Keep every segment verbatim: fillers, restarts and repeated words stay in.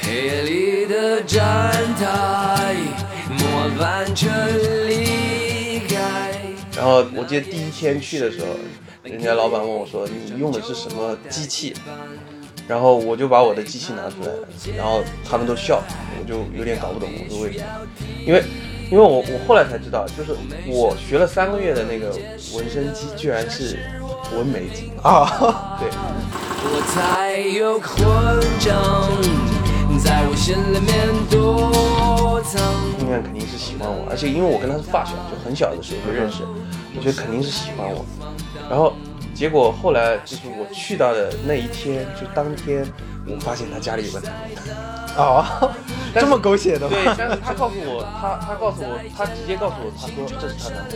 黑夜里的站台，末班车离开。 然后我记得第一天去的时候，人家老板问我说你用的是什么机器，然后我就把我的机器拿出来，然后他们都笑，我就有点搞不懂我说为什么，因为因为我我后来才知道，就是我学了三个月的那个纹身机居然是纹眉机啊，对。 我才有混账，在我心里面躲藏。 应该肯定是喜欢我，而且因为我跟他是发小，就很小的时候就认识，我觉得肯定是喜欢我。然后结果后来就是我去到的那一天，就当天我发现他家里有个男人。 哦，这么狗血的吗？ 对，但是他告诉我，他他告诉我，他直接告诉我，他说这是他男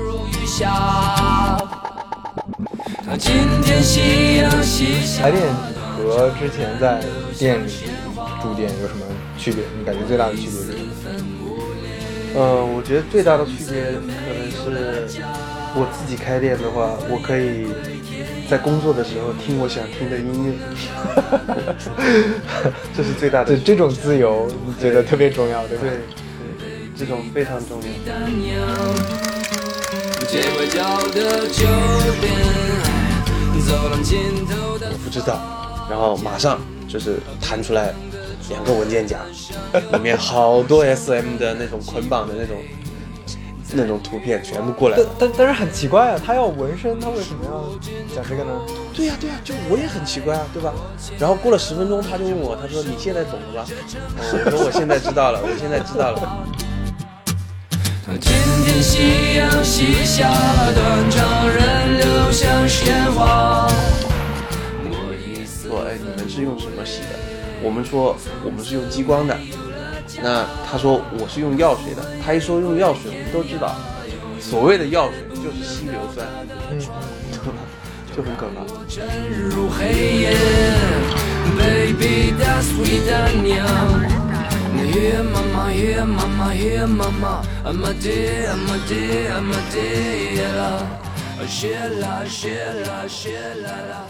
人。今天夕阳西下。 排练和之前在店里驻店有什么区别？你感觉最大的区别是什么？ 呃，我觉得最大的区别可能是我自己开店的话，我可以在工作的时候听我想听的音乐，这是最大的。 对，这种自由你觉得特别重要，对吧？ 对，对，这种非常重要。我不知道，然后马上就是弹出来两个文件夹，里面好多 S M 的那种捆绑的那种那种图片全部过来了。 但但但是很奇怪啊，他要纹身，他为什么要讲这个呢？ 对呀、啊、对呀、啊，就我也很奇怪啊，对吧？然后过了十分钟，他就问我，他说你现在懂了吧？我说我现在知道了，我现在知道了。 今天夕阳西下，断肠人流向鲜花。 说哎，你们是用什么洗的？我们说我们是用激光的。那他说我是用药水的。他一说用药水，我们都知道，所谓的药水就是稀硫酸，嗯，就很可怕。 沉入黑夜 ，Baby that's sweet 的娘。Here mama, here mama, here mama, I'm a dear, I'm a dear, I'm a dear. Shela, shela, shela, la.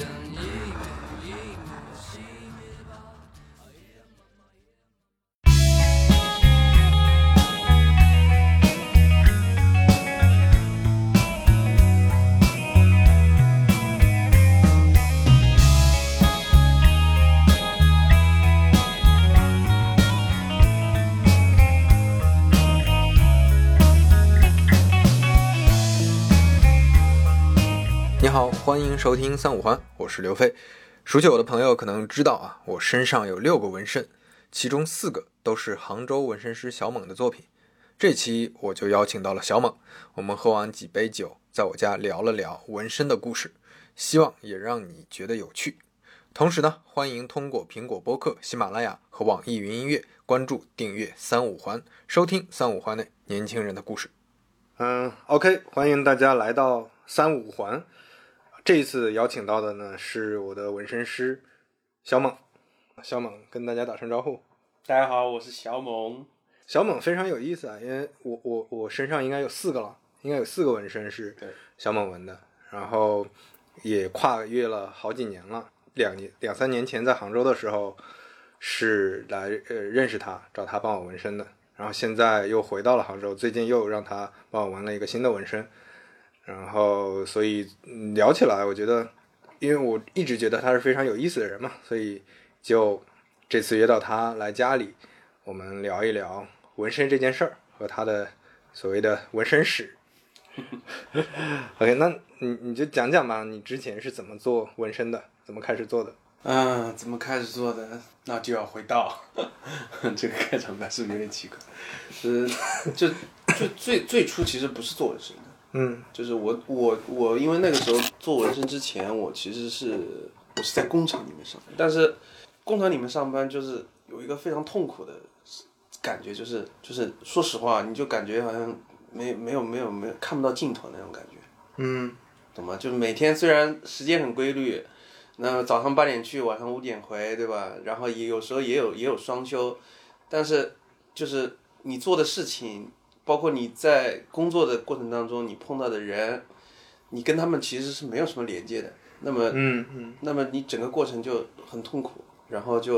你好，欢迎收听三五环，我是刘飞。熟悉我的朋友可能知道啊，我身上有六个纹身，其中四个都是杭州纹身师小猛的作品。这期我就邀请到了小猛，我们喝完几杯酒，在我家聊了聊纹身的故事，希望也让你觉得有趣。同时呢，欢迎通过苹果播客、喜马拉雅和网易云音乐关注、订阅三五环，收听三五环内年轻人的故事。嗯 ，OK， 欢迎大家来到三五环。这一次邀请到的呢是我的纹身师小猛，小猛跟大家打声招呼。 大家好，我是小猛。 小猛非常有意思啊，因为我我我身上应该有四个了，应该有四个纹身是小猛纹的，然后也跨越了好几年了。两年两三年前在杭州的时候是来呃认识他，找他帮我纹身的，然后现在又回到了杭州，最近又让他帮我纹了一个新的纹身。然后所以聊起来我觉得，因为我一直觉得他是非常有意思的人嘛，所以就这次约到他来家里，我们聊一聊纹身这件事儿和他的所谓的纹身史。OK， 那你你就讲讲吧，你之前是怎么做纹身的，怎么开始做的？ 嗯，怎么开始做的？那就要回到这个开场白是不是有点奇怪？呃，就就最最初其实不是做纹身的。 嗯， 就是我我我因为那个时候做纹身之前，我其实是我是在工厂里面上班，但是工厂里面上班就是有一个非常痛苦的感觉，就是就是说实话，你就感觉好像没没有没有没有看不到尽头那种感觉。 嗯， 懂吗？就是每天虽然时间很规律，那早上八点去，晚上五点回，对吧？然后也有时候也有也有双休，但是就是你做的事情。包括你在工作的过程当中，你碰到的人，你跟他们其实是没有什么连接的。那么， 嗯嗯， 那么你整个过程就很痛苦。然后就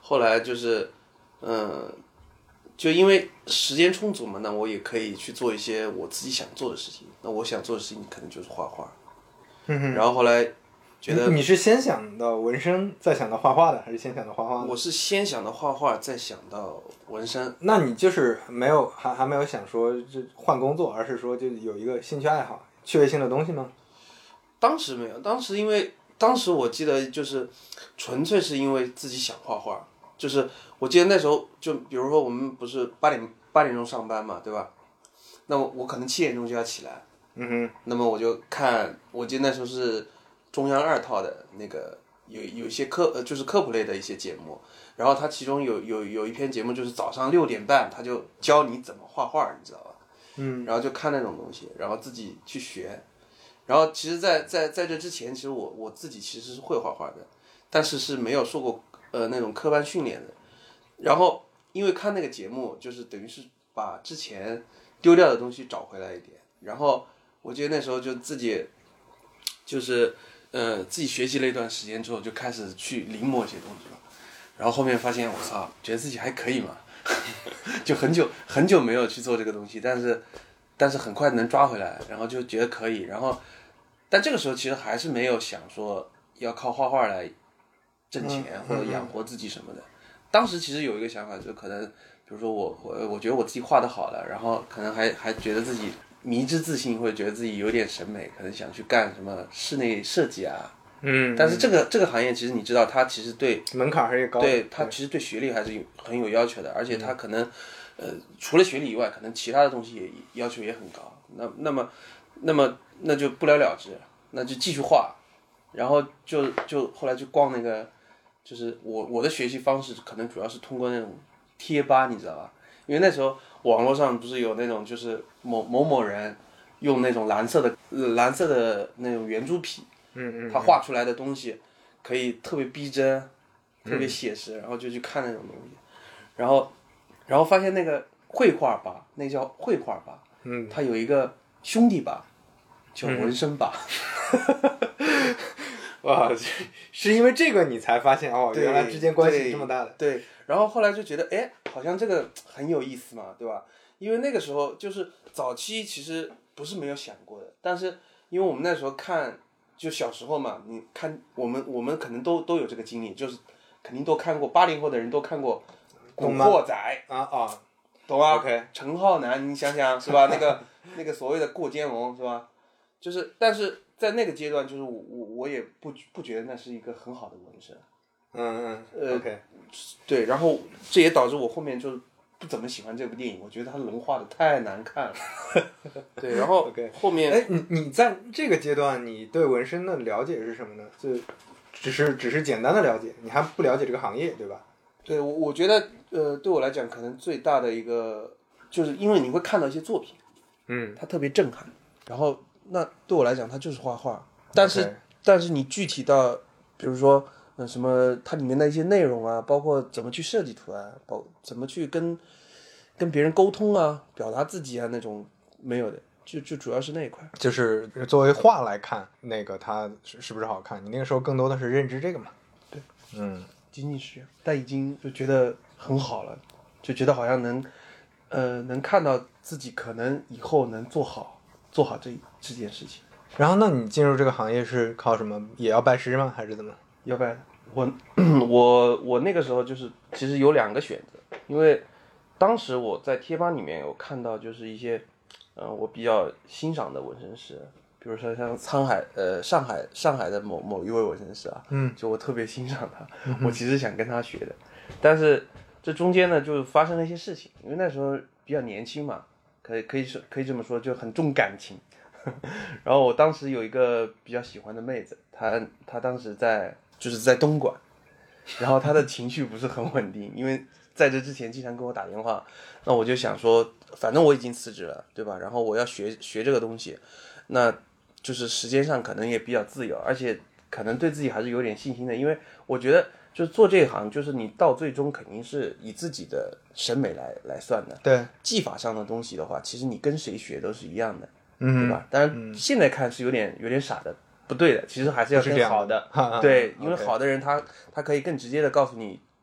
后来就是嗯。就因为时间充足嘛，那我也可以去做一些我自己想做的事情。那我想做的事情可能就是画画。 嗯、 然后后来觉得你, 你是先想到纹身再想到画画的，还是先想到画画的？ 我是先想到画画，再想到纹身。 那你就是没有还还没有想说就换工作，而是说就有一个兴趣爱好、趣味性的东西吗？ 当时没有，当时因为当时我记得就是纯粹是因为自己想画画。就是我记得那时候，就比如说我们不是八点八点钟上班嘛，对吧？那么我可能七点钟就要起来， 嗯哼。 那么我就看，我记得那时候是中央二套的那个有有一些科呃就是科普类的一些节目，然后它其中有有有一篇节目就是早上六点半，他就教你怎么画画，你知道吧？ 嗯。 然后就看那种东西，然后自己去学。然后其实在，在在在这之前，其实我我自己其实是会画画的，但是是没有受过。呃，那种科班训练的，然后因为看那个节目，就是等于是把之前丢掉的东西找回来一点。然后我记得那时候就自己，就是呃自己学习了一段时间之后，就开始去临摹一些东西了。然后后面发现我操，觉得自己还可以嘛，就很久很久没有去做这个东西，但是但是很快能抓回来，然后就觉得可以。然后但这个时候其实还是没有想说要靠画画来挣钱或者养活自己什么的。当时其实有一个想法，就可能比如说我我我觉得我自己画的好了，然后可能还还觉得自己迷之自信，或者觉得自己有点审美，可能想去干什么室内设计啊。 嗯。 但是这个这个行业其实你知道，它其实对门槛还是高的， 对它其实对学历还是有很有要求的，而且它可能呃除了学历以外，可能其他的东西也要求也很高。那那么那么那就不了了之，那就继续画，然后就就后来就逛那个。就是我我的学习方式可能主要是通过那种贴吧，你知道吧？因为那时候网络上不是有那种就是某某某人用那种蓝色的、呃、蓝色的那种圆珠笔， 嗯嗯， 他画出来的东西可以特别逼真，特别写实，然后就去看那种东西，然后然后发现那个绘画吧，那叫绘画吧， 嗯， 它有一个兄弟吧，叫纹身吧。 嗯哇，是因为这个你才发现哦，原来之间关系这么大的。 对，对，然后后来就觉得，哎，好像这个很有意思嘛，对吧？因为那个时候就是早期，其实不是没有想过的，但是因为我们那时候看，就小时候嘛，你看我们我们可能都都有这个经历，就是肯定都看过，八零后的人都看过《古惑仔》 啊啊， 懂吧 ？OK， 陈浩南，你想想是吧？那个那个所谓的过肩龙是吧？就是，但是在那个阶段，就是我我我也不不觉得那是一个很好的纹身。 嗯嗯， 呃 ，OK， 对，然后这也导致我后面就不怎么喜欢这部电影，我觉得他人画的太难看了。对，然后 OK 后面， 哎，你你在这个阶段，你对纹身的了解是什么呢？就只是只是简单的了解，你还不了解这个行业，对吧？ 对，我我觉得，呃，对我来讲，可能最大的一个，就是因为你会看到一些作品， 嗯， 它特别震撼，然后那对我来讲，它就是画画，但是、 okay. 但是你具体到，比如说，呃，什么它里面的一些内容啊，包括怎么去设计图案，包怎么去跟跟别人沟通啊，表达自己啊，那种没有的，就就主要是那一块。 就是作为画来看，那个它是是不是好看？你那个时候更多的是认知这个嘛？ 对， 嗯， 仅仅是，但已经就觉得很好了，就觉得好像能，呃，能看到自己可能以后能做好做好这这件事情。 然后，那你进入这个行业是靠什么？也要拜师吗？还是怎么？ 要拜我我我那个时候就是其实有两个选择，因为当时我在贴吧里面有看到就是一些，呃，我比较欣赏的纹身师。比如说像沧海，呃，上海上海的某某一位纹身师啊， 嗯， 就我特别欣赏他，嗯、我其实想跟他学的，但是这中间呢就发生了一些事情，因为那时候比较年轻嘛，可以可以可以这么说，就很重感情。然后我当时有一个比较喜欢的妹子，她她当时在就是在东莞，然后她的情绪不是很稳定，因为在这之前经常跟我打电话，那我就想说，反正我已经辞职了，对吧？然后我要学学这个东西，那就是时间上可能也比较自由，而且可能对自己还是有点信心的，因为我觉得就是做这一行，就是你到最终肯定是以自己的审美来来算的。 对， 技法上的东西的话，其实你跟谁学都是一样的， 嗯， 对吧？当然现在看是有点有点傻的，不对的，其实还是要跟好的， 的对，因为 okay. 好的人他他可以更直接的告诉你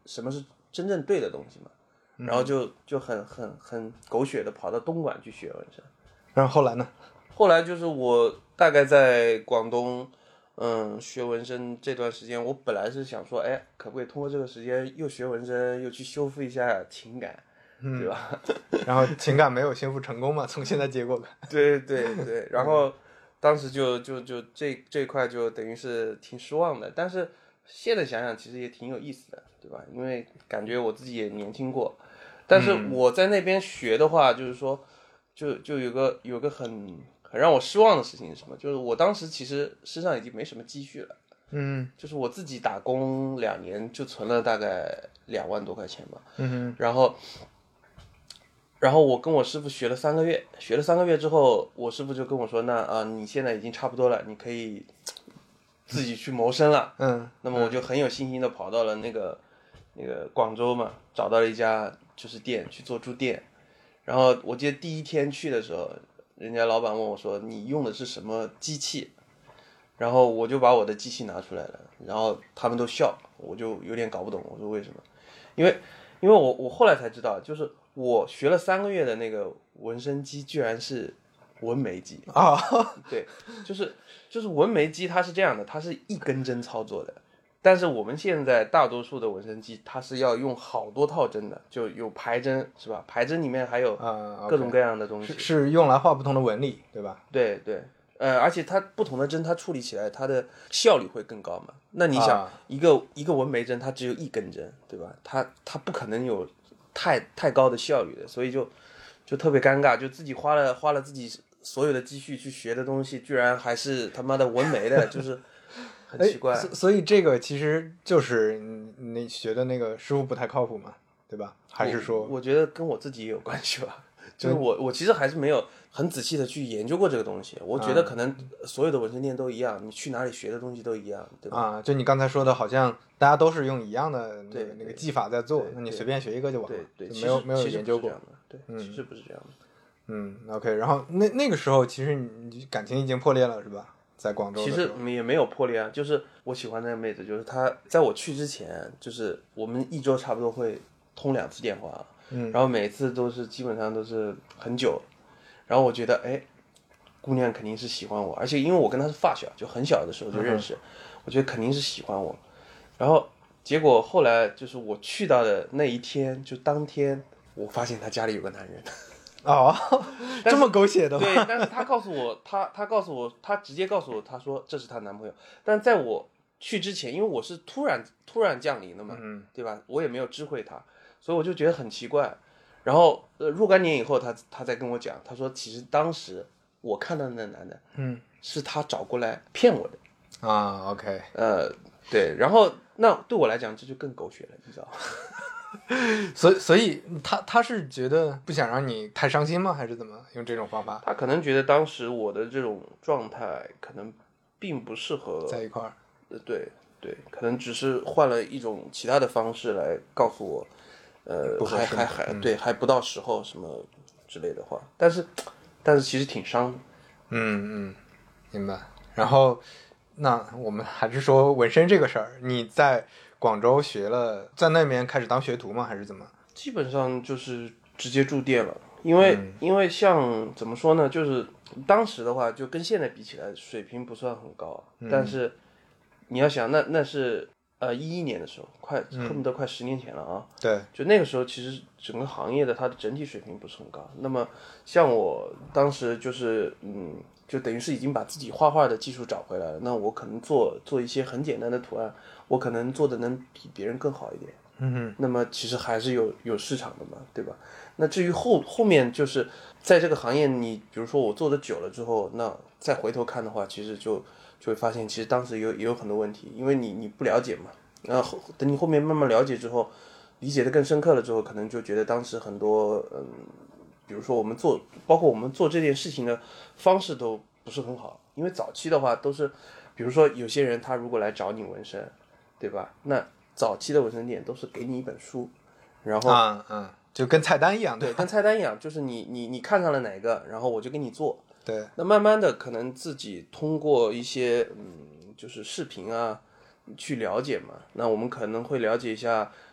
什么是真正对的东西嘛，然后就就很很很狗血的跑到东莞去学纹身。 然后后来呢？ 后来就是我大概在广东，嗯，学纹身这段时间，我本来是想说，哎，可不可以通过这个时间又学纹身，又去修复一下情感，嗯、对吧？ 然后情感没有修复成功嘛，从现在结果看。 对对对，然后当时就就就这这块就等于是挺失望的，但是现在想想其实也挺有意思的，对吧？因为感觉我自己也年轻过，但是我在那边学的话，就是说。就就有个有个很很让我失望的事情是什么？就是我当时其实身上已经没什么积蓄了， 嗯， 就是我自己打工两年就存了大概两万多块钱吧， 嗯哼， 然后然后我跟我师傅学了三个月，学了三个月之后，我师傅就跟我说，那啊你现在已经差不多了，你可以自己去谋生了， 嗯， 那么我就很有信心的跑到了那个那个广州嘛，找到了一家就是店去做驻店。然后我记得第一天去的时候，人家老板问我说：“你用的是什么机器？”然后我就把我的机器拿出来了，然后他们都笑，我就有点搞不懂，我说为什么？因为因为我我后来才知道，就是我学了三个月的那个纹身机居然是纹眉机啊， 对，就是就是纹眉机，它是这样的，它是一根针操作的。但是我们现在大多数的纹身机，它是要用好多套针的，就有排针是吧？排针里面还有各种各样的东西， 嗯 okay 是, 是用来画不同的纹理，对吧？ 对对，呃，而且它不同的针，它处理起来它的效率会更高嘛。那你想，啊、一个一个纹眉针，它只有一根针，对吧？它它不可能有太太高的效率的，所以就就特别尴尬，就自己花了花了自己所有的积蓄去学的东西，居然还是他妈的纹眉的，就是。很奇怪， 所所以这个其实就是你学的那个师傅不太靠谱嘛，对吧？还是说， 我, 我觉得跟我自己也有关系吧。就是我我其实还是没有很仔细的去研究过这个东西。我觉得可能所有的纹身店都一样，你去哪里学的东西都一样，对吧？ 啊，就你刚才说的，好像大家都是用一样的那个那个技法在做，那你随便学一个就完了， 对对， 没有没有研究过。 对，其实不是这样的。 嗯 ，OK， 然后那那个时候其实你感情已经破裂了，是吧？在广州其实也没有破裂啊，就是我喜欢那个妹子，就是她在我去之前，就是我们一周差不多会通两次电话，嗯，然后每次都是基本上都是很久，然后我觉得哎，姑娘肯定是喜欢我，而且因为我跟她是发小，就很小的时候就认识，嗯、我觉得肯定是喜欢我，然后结果后来就是我去到的那一天，就当天我发现她家里有个男人。 哦，这么狗血的吗？ 对，但是他告诉我，他他告诉我，他直接告诉我，他说这是他男朋友。但在我去之前，因为我是突然突然降临的嘛，嗯，对吧？我也没有知会他，所以我就觉得很奇怪。然后呃，若干年以后他，他他再跟我讲，他说其实当时我看到的那男的，嗯，是他找过来骗我的啊。OK， 呃，对，然后那对我来讲这就更狗血了，你知道吗？ 所以，所以他他是觉得不想让你太伤心吗？还是怎么用这种方法？ 他可能觉得当时我的这种状态可能并不适合在一块儿。 呃，对对，可能只是换了一种其他的方式来告诉我，呃，还还还、嗯、对，还不到时候什么之类的话。但是，但是其实挺伤的。 嗯嗯，明白。然后，那我们还是说纹身这个事儿，你在广州学了，在那边开始当学徒吗？还是怎么？ 基本上就是直接驻店了，因为、嗯、因为像怎么说呢，就是当时的话，就跟现在比起来，水平不算很高，嗯、但是你要想，那那是呃一一年的时候，快恨不得快十年前了啊。 对， 就那个时候，其实整个行业的它的整体水平不是很高。那么像我当时就是嗯。就等于是已经把自己画画的技术找回来了，那我可能做做一些很简单的图案，我可能做的能比别人更好一点。嗯哼，那么其实还是有有市场的嘛，对吧？那至于后后面就是在这个行业，你比如说我做的久了之后，那再回头看的话，其实就就会发现，其实当时有也有很多问题，因为你你不了解嘛。然后等你后面慢慢了解之后，理解的更深刻了之后，可能就觉得当时很多嗯。比如说我们做，包括我们做这件事情的方式都不是很好，因为早期的话都是，比如说有些人他如果来找你纹身，对吧？那早期的纹身店都是给你一本书，然后嗯嗯，就跟菜单一样， 对，跟菜单一样，就是你你你看上了哪个，然后我就给你做。 对， 那慢慢的可能自己通过一些嗯，就是视频啊去了解嘛，那我们可能会了解一下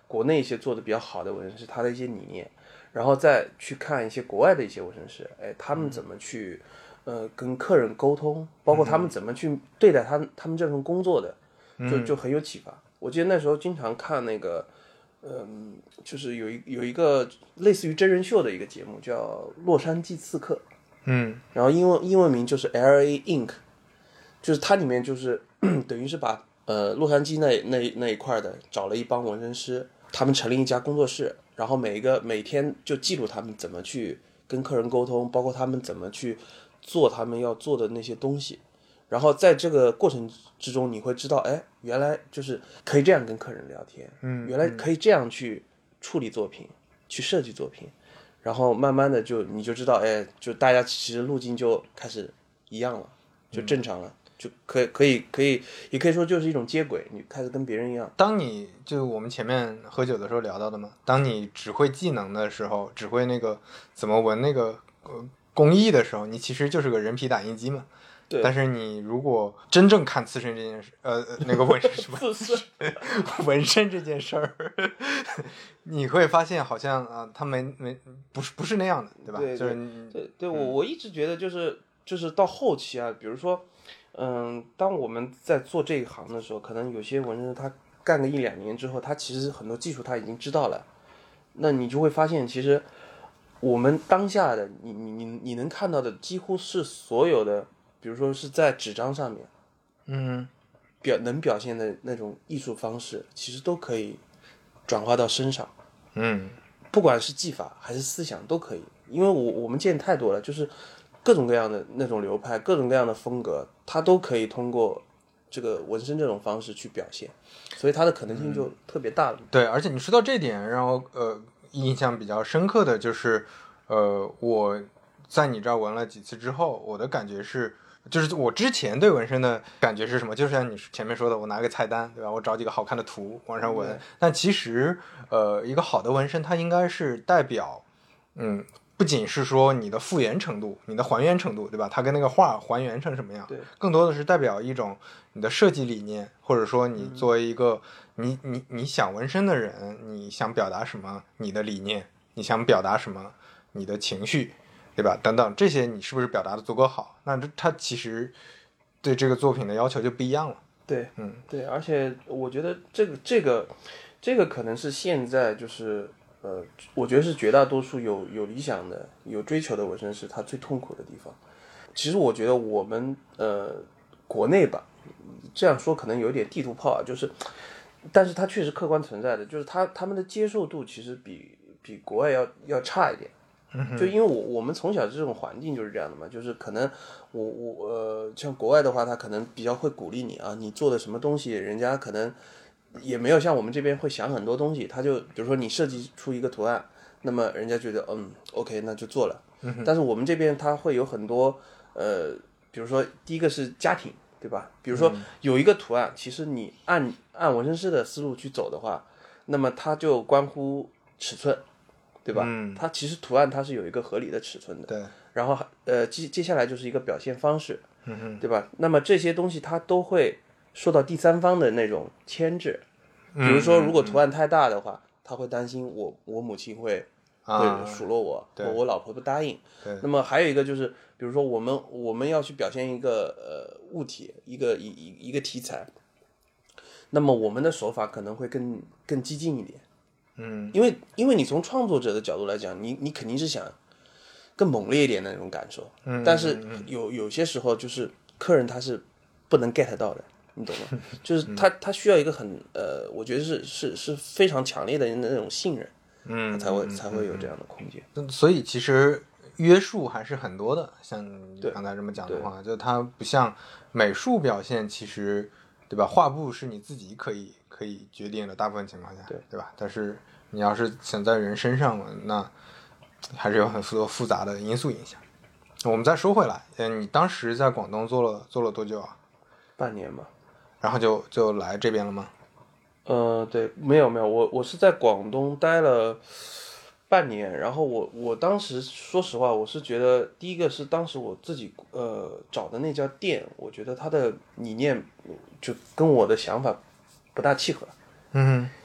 国内一些做的比较好的纹身师他的一些理念，然后再去看一些国外的一些纹身师，哎，他们怎么去呃跟客人沟通，包括他们怎么去对待他们他们这份工作的，就就很有启发。我记得那时候经常看那个。嗯，就是有一有一个类似于真人秀的一个节目叫《洛杉矶刺客》， 嗯， 然后英文英文名就是 L A Ink， 就是它里面就是等于是把呃洛杉矶那那那一块的找了一帮纹身师，他们成立一家工作室，然后每一个每天就记录他们怎么去跟客人沟通，包括他们怎么去做他们要做的那些东西。然后在这个过程之中，你会知道，哎，原来就是可以这样跟客人聊天， 嗯， 原来可以这样去处理作品，去设计作品，然后慢慢的就你就知道，哎，就大家其实路径就开始一样了，就正常了，嗯、就可以可以可以，也可以说就是一种接轨，你开始跟别人一样。 当你就我们前面喝酒的时候聊到的嘛，当你只会技能的时候，只会那个怎么纹那个呃工艺的时候，你其实就是个人皮打印机嘛。 对， 但是你如果真正看刺身这件事，呃，那个纹身什么纹身这件事儿，你会发现好像啊，他没没不是不是那样的，对吧？ 对， 就是对对，我我一直觉得就是就是到后期啊，比如说，嗯，当我们在做这一行的时候，可能有些纹身他干个一两年之后，他其实很多技术他已经知道了，那你就会发现，其实我们当下的你你你你能看到的几乎是所有的。比如说是在纸张上面， 嗯， 表能表现的那种艺术方式，其实都可以转化到身上， 嗯， 不管是技法还是思想都可以，因为我我们见太多了，就是各种各样的那种流派，各种各样的风格，它都可以通过这个纹身这种方式去表现，所以它的可能性就特别大了。 嗯、对，而且你说到这点，让我呃印象比较深刻的就是，呃，我在你这儿纹了几次之后，我的感觉是。就是我之前对纹身的感觉是什么？就像你前面说的，我拿个菜单，对吧？我找几个好看的图往上纹。但其实，呃，一个好的纹身，它应该是代表，嗯，不仅是说你的复原程度、你的还原程度，对吧？它跟那个画还原成什么样？ 对， 更多的是代表一种你的设计理念，或者说你作为一个、嗯、你你你想纹身的人，你想表达什么？你的理念，你想表达什么？你的情绪。对吧？等等，这些你是不是表达的足够好？那这它其实对这个作品的要求就不一样了。 对， 嗯， 对，而且我觉得这个这个这个可能是现在就是呃，我觉得是绝大多数有有理想的、有追求的纹身师他最痛苦的地方。其实我觉得我们呃国内吧，这样说可能有点地图炮啊，就是，但是它确实客观存在的，就是他他们的接受度其实比比国外要要差一点。就因为我我们从小这种环境就是这样的嘛，就是可能我我呃像国外的话，他可能比较会鼓励你啊，你做的什么东西，人家可能也没有像我们这边会想很多东西，他就比如说你设计出一个图案，那么人家觉得嗯 OK 那就做了，但是我们这边他会有很多呃，比如说第一个是家庭，对吧？比如说有一个图案，其实你按按纹身师的思路去走的话，那么它就关乎尺寸。对吧？嗯，它其实图案它是有一个合理的尺寸的， 对。 然后呃，接接下来就是一个表现方式， 嗯哼， 对吧？那么这些东西它都会受到第三方的那种牵制，比如说如果图案太大的话，他会担心我我母亲会会数落我， 对， 我老婆不答应。 对。 那么还有一个就是，比如说我们我们要去表现一个呃物体，一个一一一个题材，那么我们的手法可能会更更激进一点。 嗯， 因为因为你从创作者的角度来讲，你你肯定是想更猛烈一点的那种感受， 嗯， 但是有有些时候就是客人他是不能 get 到的，你懂吗？就是他他需要一个很呃，我觉得是是是非常强烈的那种信任， 嗯， 才会才会有这样的空间。 所以其实约束还是很多的，像你刚才这么讲的话，就它不像美术表现，其实对吧？画布是你自己可以。可以决定的，大部分情况下， 对对吧？但是你要是想在人身上，那还是有很多复杂的因素影响。我们再说回来，嗯，你当时在广东做了做了多久啊？ 半年吧。 然后就就来这边了吗？ 呃，对，没有没有，我我是在广东待了半年，然后我我当时说实话，我是觉得第一个是当时我自己呃找的那家店，我觉得它的理念就跟我的想法不大契合， 嗯，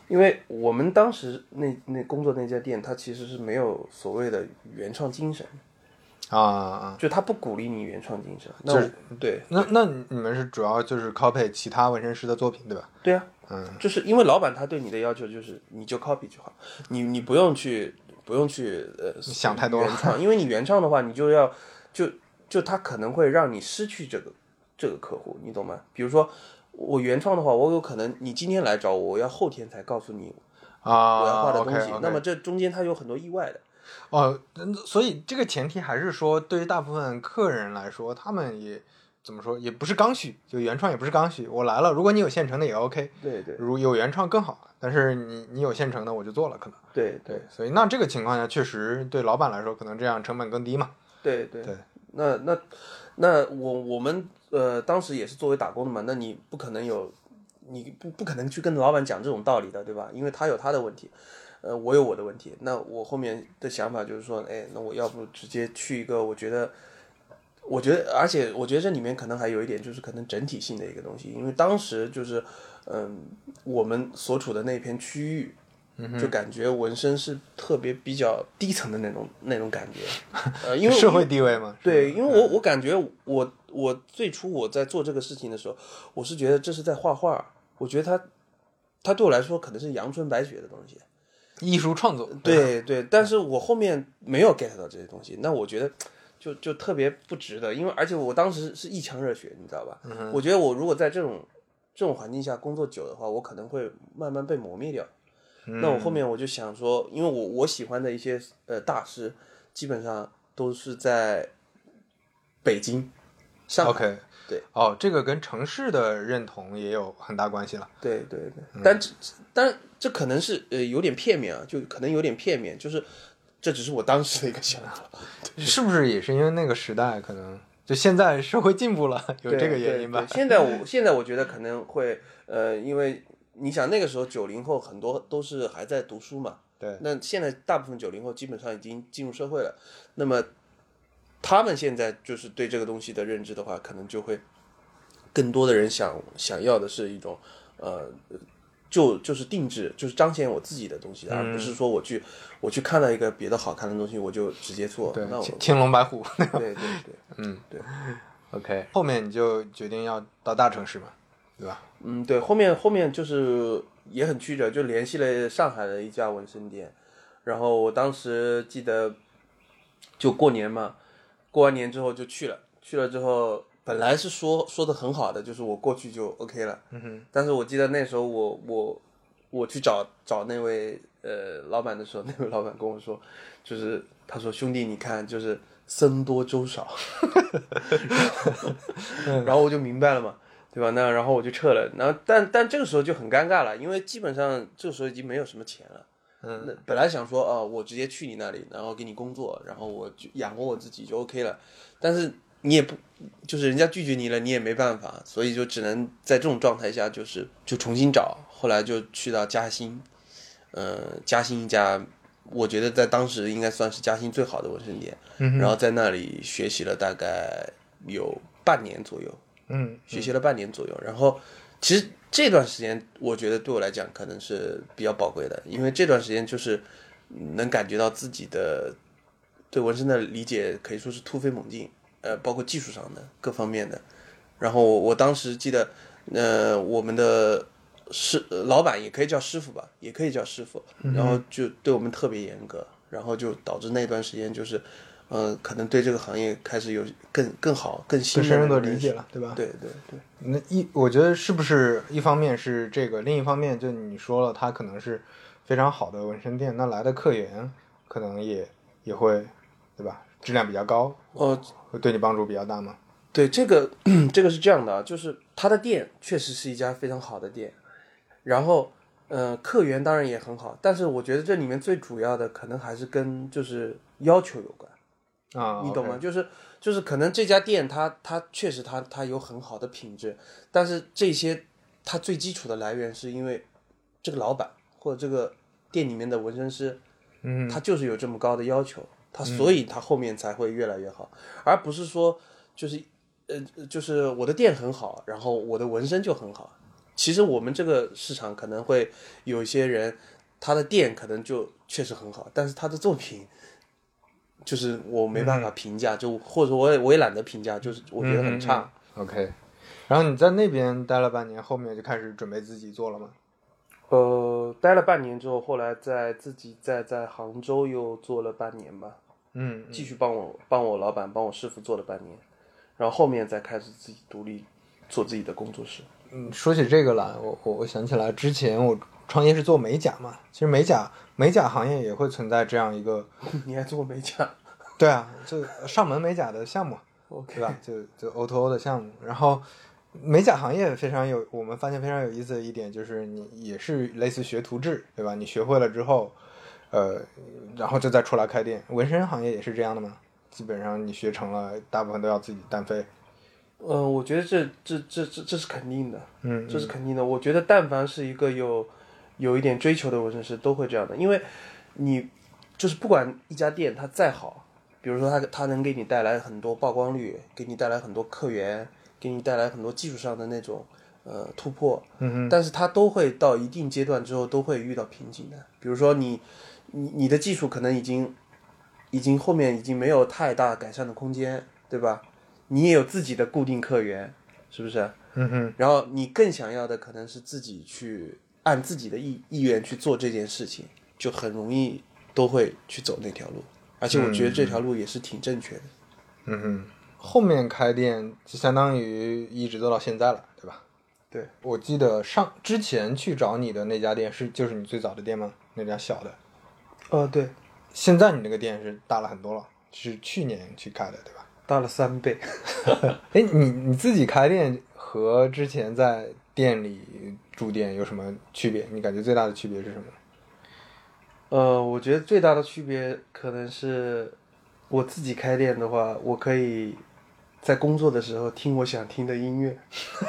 因为我们当时那那工作那家店，它其实是没有所谓的原创精神啊啊， 就他不鼓励你原创精神。那就是对， 那那你们是主要就是 copy 其他纹身师的作品，对吧？ 对啊， 嗯， 就是因为老板他对你的要求就是你就 copy 就好，你你不用去不用去呃想太多原创，因为你原创的话，你就要就就他可能会让你失去这个这个客户，你懂吗？比如说我原创的话，我有可能你今天来找我，我要后天才告诉你啊我要画的东西， okay, okay. 那么这中间它有很多意外的。 哦，所以这个前提还是说，对于大部分客人来说，他们也怎么说，也不是刚需，就原创也不是刚需。我来了，如果你有现成的也 OK， 对对， 如有原创更好，但是你你有现成的我就做了，可能。 对对，所以那这个情况下，确实对老板来说，可能这样成本更低嘛。 对对对， 那那那我我们呃当时也是作为打工的嘛，那你不可能有，你不不可能去跟老板讲这种道理的，对吧？因为他有他的问题。呃，我有我的问题，那我后面的想法就是说，哎，那我要不直接去一个，我觉得，我觉得，而且我觉得这里面可能还有一点，就是可能整体性的一个东西，因为当时就是，嗯，我们所处的那片区域，就感觉纹身是特别比较低层的那种那种感觉，呃，因为社会地位嘛， 对，因为我我感觉我我最初我在做这个事情的时候，我是觉得这是在画画，我觉得它它对我来说可能是阳春白雪的东西。 艺术创作， 对对，但是我后面没有 get 到这些东西，那我觉得就就特别不值得，因为而且我当时是一腔热血，你知道吧？ 嗯、 我觉得我如果在这种这种环境下工作久的话，我可能会慢慢被磨灭掉。 嗯、 那我后面我就想说，因为我我喜欢的一些呃大师，基本上都是在北京、上海。 OK， 对， 哦，这个跟城市的认同也有很大关系了。 对对对，嗯、但这但这可能是呃有点片面啊，就可能有点片面，就是这只是我当时的一个想法。 是不是也是因为那个时代可能就现在社会进步了，有这个原因吧？ 对对对，现在我现在我觉得可能会呃，因为你想那个时候九零后很多都是还在读书嘛， 对， 那现在大部分九零后基本上已经进入社会了，那么他们现在就是对这个东西的认知的话，可能就会更多的人想想要的是一种呃。就就是定制，就是彰显我自己的东西，嗯、而不是说我去我去看到一个别的好看的东西，我就直接做。 对， 那我青龙白虎。 对对对， 嗯对。 OK， 后面你就决定要到大城市嘛，对吧？ 嗯，对，后面后面就是也很曲折，就联系了上海的一家纹身店，然后我当时记得就过年嘛，过完年之后就去了，去了之后。本来是说说的很好的，就是我过去就 OK 了。 嗯哼。 但是我记得那时候我我我去找找那位呃老板的时候，那位老板跟我说，就是他说兄弟你看就是僧多粥少，然后我就明白了嘛，对吧？那然后我就撤了。然后但但这个时候就很尴尬了，因为基本上这个时候已经没有什么钱了。 嗯。 那本来想说哦、呃，我直接去你那里，然后给你工作，然后我就养活我自己就 OK 了。但是你也不，就是人家拒绝你了，你也没办法，所以就只能在这种状态下，就是就重新找。后来就去到嘉兴，呃，嘉兴一家，我觉得在当时应该算是嘉兴最好的纹身店。 嗯。 然后在那里学习了大概有半年左右。 嗯。 学习了半年左右，然后其实这段时间我觉得对我来讲可能是比较宝贵的，因为这段时间就是能感觉到自己的对纹身的理解可以说是突飞猛进。呃，包括技术上的各方面的，然后我当时记得，呃，我们的师老板也可以叫师傅吧，也可以叫师傅，然后就对我们特别严格，然后就导致那段时间就是，呃，可能对这个行业开始有更更好、更新深入的理解了，对吧？ 对对对。 那一我觉得是不是一方面是这个，另一方面就你说了，它可能是非常好的纹身店，那来的客源可能也也会，对吧？质量比较高， 哦， 会对你帮助比较大吗？ 对，这个这个是这样的啊，就是他的店确实是一家非常好的店，然后呃，客源当然也很好，但是我觉得这里面最主要的可能还是跟就是要求有关啊， 你懂吗？ okay. 就是就是可能这家店它它确实它它有很好的品质，但是这些它最基础的来源是因为这个老板或者这个店里面的纹身师， 嗯， 他就是有这么高的要求。他所以他后面才会越来越好，嗯、而不是说就是呃就是我的店很好，然后我的纹身就很好。 其实我们这个市场可能会有一些人，他的店可能就确实很好，但是他的作品就是我没办法评价，嗯、就或者我也我也懒得评价，就是我觉得很差。 嗯嗯、OK， 然后你在那边待了半年，后面就开始准备自己做了吗？ 呃，待了半年之后，后来在自己在在杭州又做了半年吧， 嗯， 继续帮我帮我老板帮我师傅做了半年，然后后面再开始自己独立做自己的工作室。 嗯，说起这个来，我我我想起来之前我创业是做美甲嘛，其实美甲美甲行业也会存在这样一个， 你还做美甲？ 对啊，就上门美甲的项目， okay. 对吧？就就 O to O 的项目，然后。美甲行业非常有，我们发现非常有意思的一点就是，你也是类似学徒制，对吧？你学会了之后，呃，然后就再出来开店。纹身行业也是这样的吗？基本上你学成了，大部分都要自己单飞。 呃，我觉得这这这这这是肯定的， 嗯， 这是肯定的。我觉得但凡是一个有有一点追求的纹身师，都会这样的，因为你就是不管一家店它再好，比如说它它能给你带来很多曝光率，给你带来很多客源。给你带来很多技术上的那种呃突破， 嗯但是它都会到一定阶段之后都会遇到瓶颈的。比如说你你你的技术可能已经已经后面已经没有太大改善的空间，对吧？你也有自己的固定客源，是不是？ 嗯哼。 然后你更想要的可能是自己去按自己的意意愿去做这件事情，就很容易都会去走那条路。而且我觉得这条路也是挺正确的。 嗯哼。后面开店就相当于一直做到现在了，对吧？ 对， 我记得上之前去找你的那家店是就是你最早的店吗？那家小的。 哦，对。 现在你那个店是大了很多了，是去年去开的，对吧？ 大了三倍。 哎，你你自己开店和之前在店里驻店有什么区别？你感觉最大的区别是什么？ 呃，我觉得最大的区别可能是我自己开店的话，我可以在工作的时候听我想听的音乐。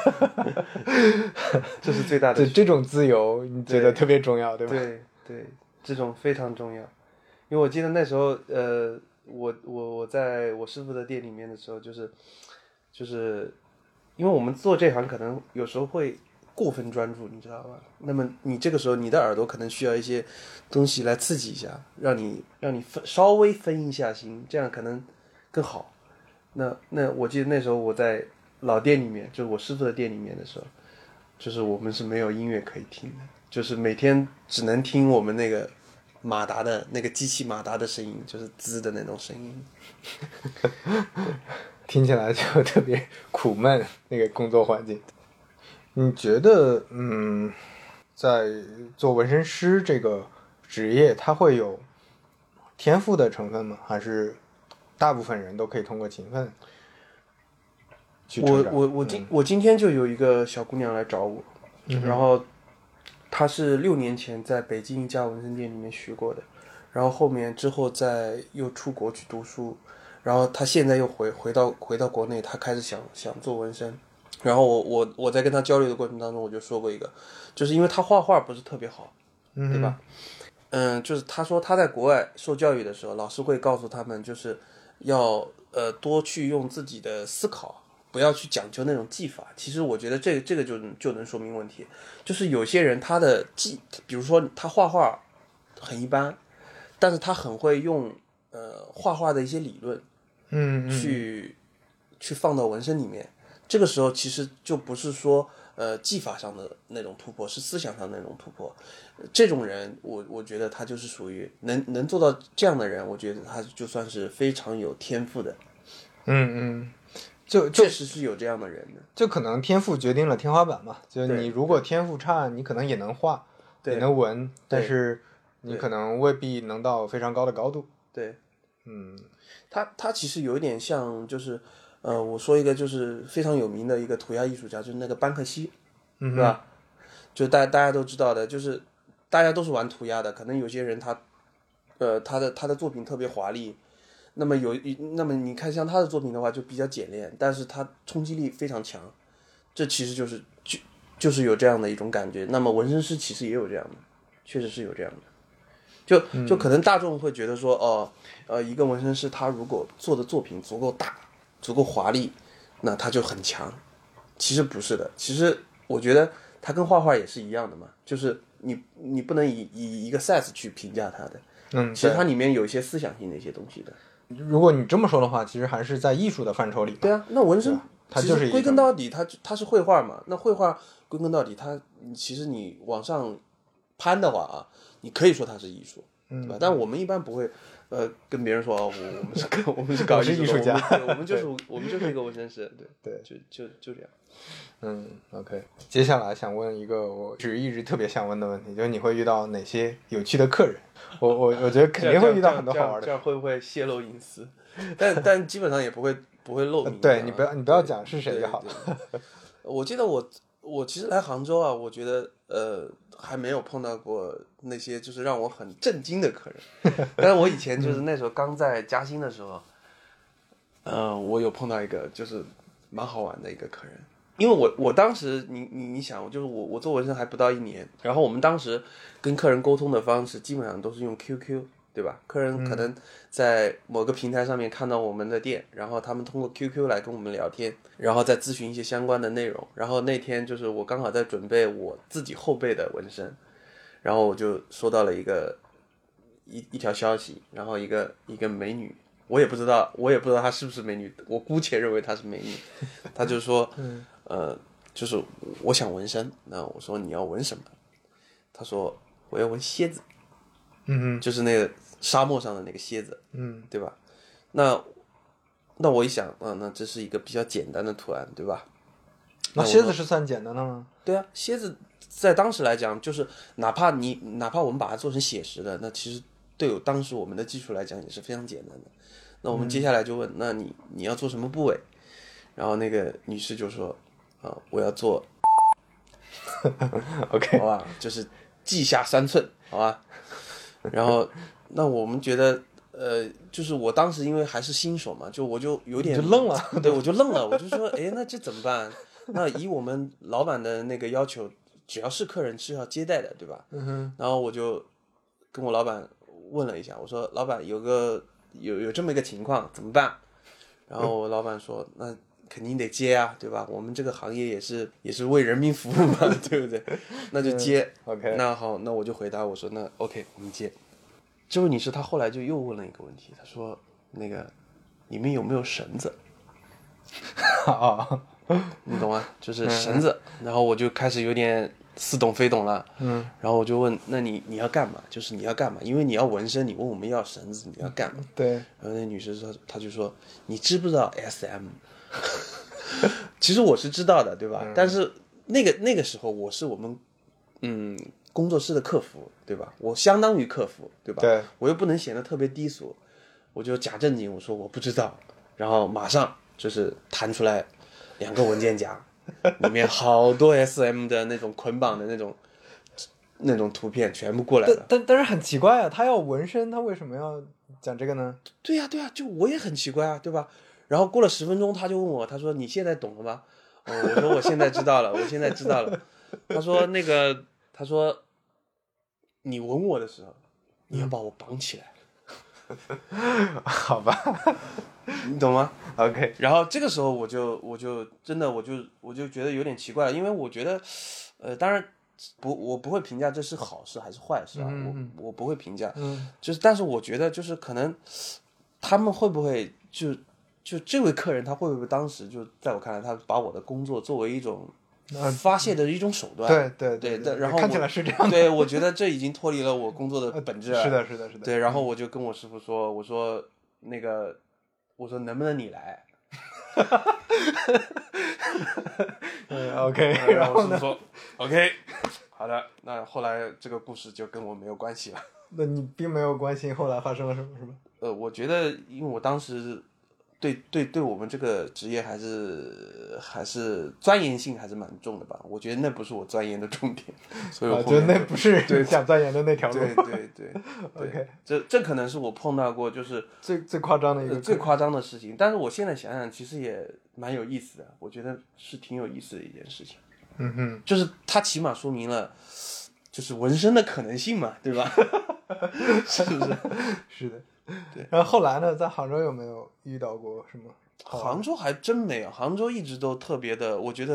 这是最大的区别。 这种自由你觉得特别重要， 对, 对吧？ 对对，这种非常重要。因为我记得那时候呃我我我在我师傅的店里面的时候，就是就是因为我们做这行可能有时候会过分专注，你知道吧？那么你这个时候你的耳朵可能需要一些东西来刺激一下，让你让你分稍微分一下心，这样可能更好。那那我记得那时候我在老店里面，就是我师傅的店里面的时候，就是我们是没有音乐可以听的，就是每天只能听我们那个马达的那个机器马达的声音，就是滋的那种声音。 听起来就特别苦闷，那个工作环境。你觉得嗯在做纹身师这个职业它会有天赋的成分吗？还是大部分人都可以通过勤奋去成长？ 我我我今、嗯、我今天就有一个小姑娘来找我、嗯、然后她是六年前在北京一家纹身店里面学过的，然后后面之后再又出国去读书，然后她现在又回回到回到国内，她开始想想做纹身。然后我我我在跟他交流的过程当中，我就说过一个，就是因为他画画不是特别好， 嗯、 对吧？嗯，就是他说他在国外受教育的时候，老师会告诉他们，就是要呃多去用自己的思考，不要去讲究那种技法。其实我觉得这个这个就就能说明问题，就是有些人他的技，比如说他画画很一般，但是他很会用呃画画的一些理论， 嗯， 去去放到纹身里面。这个时候其实就不是说呃技法上的那种突破，是思想上的那种突破。这种人我我觉得他就是属于能能做到这样的人，我觉得他就算是非常有天赋的。 嗯嗯，就确实是有这样的人的， 就可能天赋决定了天花板嘛。就你如果天赋差，你可能也能画，也能纹，但是你可能未必能到非常高的高度。 对， 嗯， 他他其实有一点像就是呃，我说一个就是非常有名的一个涂鸦艺术家，就是那个班克西， 嗯， 是吧？就大大家都知道的，就是大家都是玩涂鸦的，可能有些人他，呃，他的他的作品特别华丽，那么有那么你看像他的作品的话就比较简练，但是他冲击力非常强，这其实就是就就是有这样的一种感觉。那么纹身师其实也有这样的，确实是有这样的。就就可能大众会觉得说，哦，呃，一个纹身师他如果做的作品足够大、足够华丽，那他就很强。其实不是的，其实我觉得它跟画画也是一样的嘛，就是你你不能以以一个 size 去评价它的， 嗯， 其实它里面有一些思想性的一些东西的。 如果你这么说的话，其实还是在艺术的范畴里。 对啊，那纹身它就是归根到底它它是绘画嘛，那绘画归根到底它其实你往上攀的话啊，你可以说它是艺术，对吧？嗯、但我们一般不会呃跟别人说、哦、我我们是搞我们是搞艺术艺术家， 我们, 我们就是我们就是一个纹身师，对对， 就就就这样。 嗯 ，OK。接下来想问一个我是一直特别想问的问题，就是你会遇到哪些有趣的客人？我我我觉得肯定会遇到很多好玩的。 这样会不会泄露隐私？但但基本上也不会不会露名、啊。 对你不要你不要讲是谁就好了。 我记得我我其实来杭州啊，我觉得呃还没有碰到过那些就是让我很震惊的客人。但是我以前就是那时候刚在嘉兴的时候，呃，我有碰到一个就是蛮好玩的一个客人。因为我我当时你你你想，就是我我做纹身还不到一年，然后我们当时跟客人沟通的方式基本上都是用 Q Q， 对吧？客人可能在某个平台上面看到我们的店，然后他们通过 Q Q 来跟我们聊天，然后再咨询一些相关的内容。然后那天就是我刚好在准备我自己后背的纹身，然后我就收到了一个一一条消息，然后一个一个美女。我也不知道，我也不知道她是不是美女，我姑且认为她是美女。她就说，呃，就是我想纹身。那我说你要纹什么？她说我要纹蝎子， 嗯， 就是那个沙漠上的那个蝎子， 嗯， 对吧？那那我一想，啊，那这是一个比较简单的图案，对吧？ 那蝎子是算简单的吗？ 对啊，蝎子在当时来讲，就是哪怕你哪怕我们把它做成写实的，那其实对有当时我们的技术来讲也是非常简单的。那我们接下来就问，嗯、那你你要做什么部位？然后那个女士就说，啊，我要做 ，OK， 好吧，就是稷下三寸，好吧。然后那我们觉得，呃，就是我当时因为还是新手嘛，就我就有点就愣了， 对，我就愣了，我就说，哎，那这怎么办？那以我们老板的那个要求，只要是客人是要接待的，对吧？ 嗯哼。 然后我就跟我老板问了一下，我说老板有个有有这么一个情况怎么办？然后我老板说那肯定得接啊，对吧？我们这个行业也是也是为人民服务嘛，对不对？那就接。 嗯、OK。 那好，那我就回答我说那 OK， 我们接。这位女士她后来就又问了一个问题，她说那个里面有没有绳子？ 啊， 你懂吗？就是绳子。嗯、然后我就开始有点似懂非懂了。 嗯。 然后我就问，那你你要干嘛？就是你要干嘛？因为你要纹身，你问我们要绳子，你要干嘛？ 对。 然后那女士说，她就说，你知不知道 S M？ 其实我是知道的，对吧？嗯、但是那个那个时候我是我们嗯工作室的客服，对吧？我相当于客服，对吧？ 对。 我又不能显得特别低俗，我就假正经，我说我不知道，然后马上就是弹出来两个文件夹，里面好多 S M 的那种捆绑的那种那种图片全部过来了。 但但但是很奇怪啊，他要纹身，他为什么要讲这个呢？ 对呀、啊、对呀、啊，就我也很奇怪啊，对吧？然后过了十分钟，他就问我，他说你现在懂了吗？哦，我说我现在知道了，我现在知道了。他说那个，他说你吻我的时候，你要把我绑起来。 好吧， 你懂吗 ？OK。 然后这个时候我就我就真的我就我就觉得有点奇怪了，因为我觉得，呃，当然不，我不会评价这是好事还是坏事啊， 嗯、 我我不会评价， 嗯， 就是但是我觉得就是可能他们会不会就。就这位客人，他会不会当时就在我看来，他把我的工作作为一种发泄的一种手段？ 对对对对， 然后看起来是这样的。 对，我觉得这已经脱离了我工作的本质了。 是的，是的，是的。 对，然后我就跟我师傅说：“我说那个，我说能不能你来？” 嗯 ，OK。 然后我师傅说 ：“OK， 好的。”那后来这个故事就跟我没有关系了。 那你并没有关心后来发生了什么，是吧？ 呃，我觉得，因为我当时。对对对，我们这个职业还是还是钻研性还是蛮重的吧。我觉得那不是我钻研的重点，所以我觉得、啊、那不是对想钻研的那条路。 对对对 ，OK， 这这可能是我碰到过就是最最夸张的一个、呃、 最夸张的事情。但是我现在想想，其实也蛮有意思的，我觉得是挺有意思的一件事情。 嗯哼， 就是它起码说明了，就是纹身的可能性嘛，对吧？是不是？ 是的。 对， 然后后来呢，在杭州有没有遇到过什么？ 杭州还真没有，杭州一直都特别的，我觉得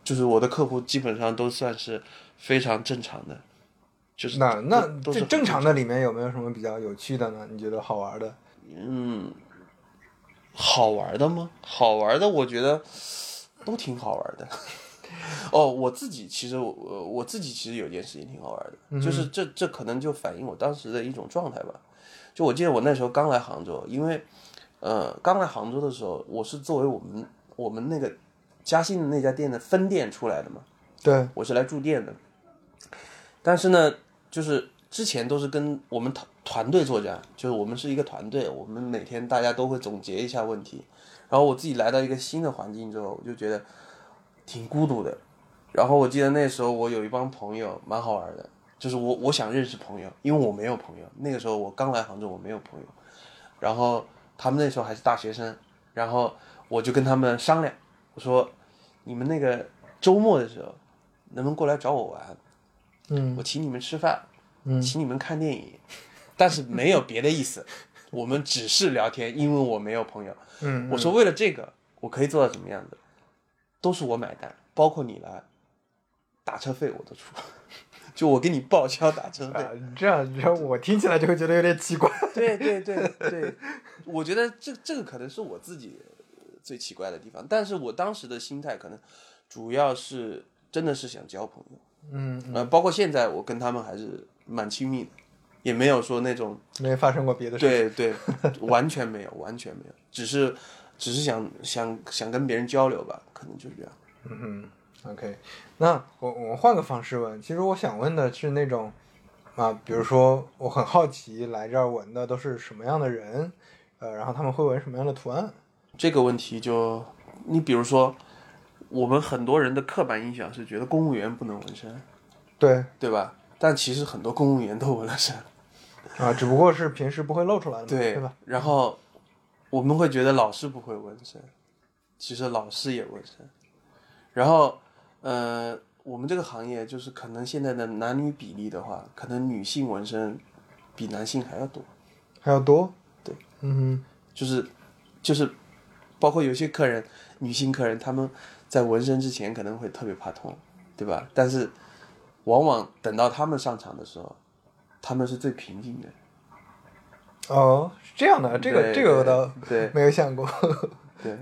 就是我的客户基本上都算是非常正常的，就是那那这都是正常的里面有没有什么比较有趣的呢？你觉得好玩的？ 嗯，好玩的吗？好玩的，我觉得都挺好玩的。哦，我自己其实我我自己其实有件事情挺好玩的， 嗯、 就是这这可能就反映我当时的一种状态吧。就我记得我那时候刚来杭州，因为呃刚来杭州的时候，我是作为我们我们那个嘉兴的那家店的分店出来的嘛， 对， 我是来驻店的。但是呢，就是之前都是跟我们团团队作战，就是我们是一个团队，我们每天大家都会总结一下问题。然后我自己来到一个新的环境之后，我就觉得挺孤独的。然后我记得那时候我有一帮朋友，蛮好玩的。就是我我想认识朋友，因为我没有朋友。那个时候我刚来杭州，我没有朋友。然后他们那时候还是大学生，然后我就跟他们商量，我说你们那个周末的时候能不能过来找我玩？ 嗯， 我请你们吃饭， 嗯， 请你们看电影，但是没有别的意思，我们只是聊天，因为我没有朋友。 嗯， 我说为了这个，我可以做到什么样子？都是我买单，包括你来，打车费我都出。就我给你报销打车费、 啊，这样这样我听起来就会觉得有点奇怪。 对对对对，我觉得这这个可能是我自己最奇怪的地方，但是我当时的心态可能主要是真的是想交朋友， 嗯， 呃，包括现在我跟他们还是蛮亲密的，也没有说那种没发生过别的事。 对对，完全没有，完全没有，只是只是想想想跟别人交流吧，可能就是这样。 嗯哼。OK， 那我我换个方式问，其实我想问的是那种啊，比如说我很好奇来这儿纹的都是什么样的人，呃，然后他们会纹什么样的图案？ 这个问题就你比如说，我们很多人的刻板印象是觉得公务员不能纹身， 对对吧？但其实很多公务员都纹了身啊，只不过是平时不会露出来的嘛， 对对吧？ 然后我们会觉得老师不会纹身，其实老师也纹身，然后。呃，我们这个行业就是可能现在的男女比例的话，可能女性纹身比男性还要多， 还要多。 对， 嗯就是就是包括有些客人，女性客人，他们在纹身之前可能会特别怕痛，对吧？但是往往等到他们上场的时候，他们是最平静的。 哦，是这样的，这个这个我倒对没有想过。 对。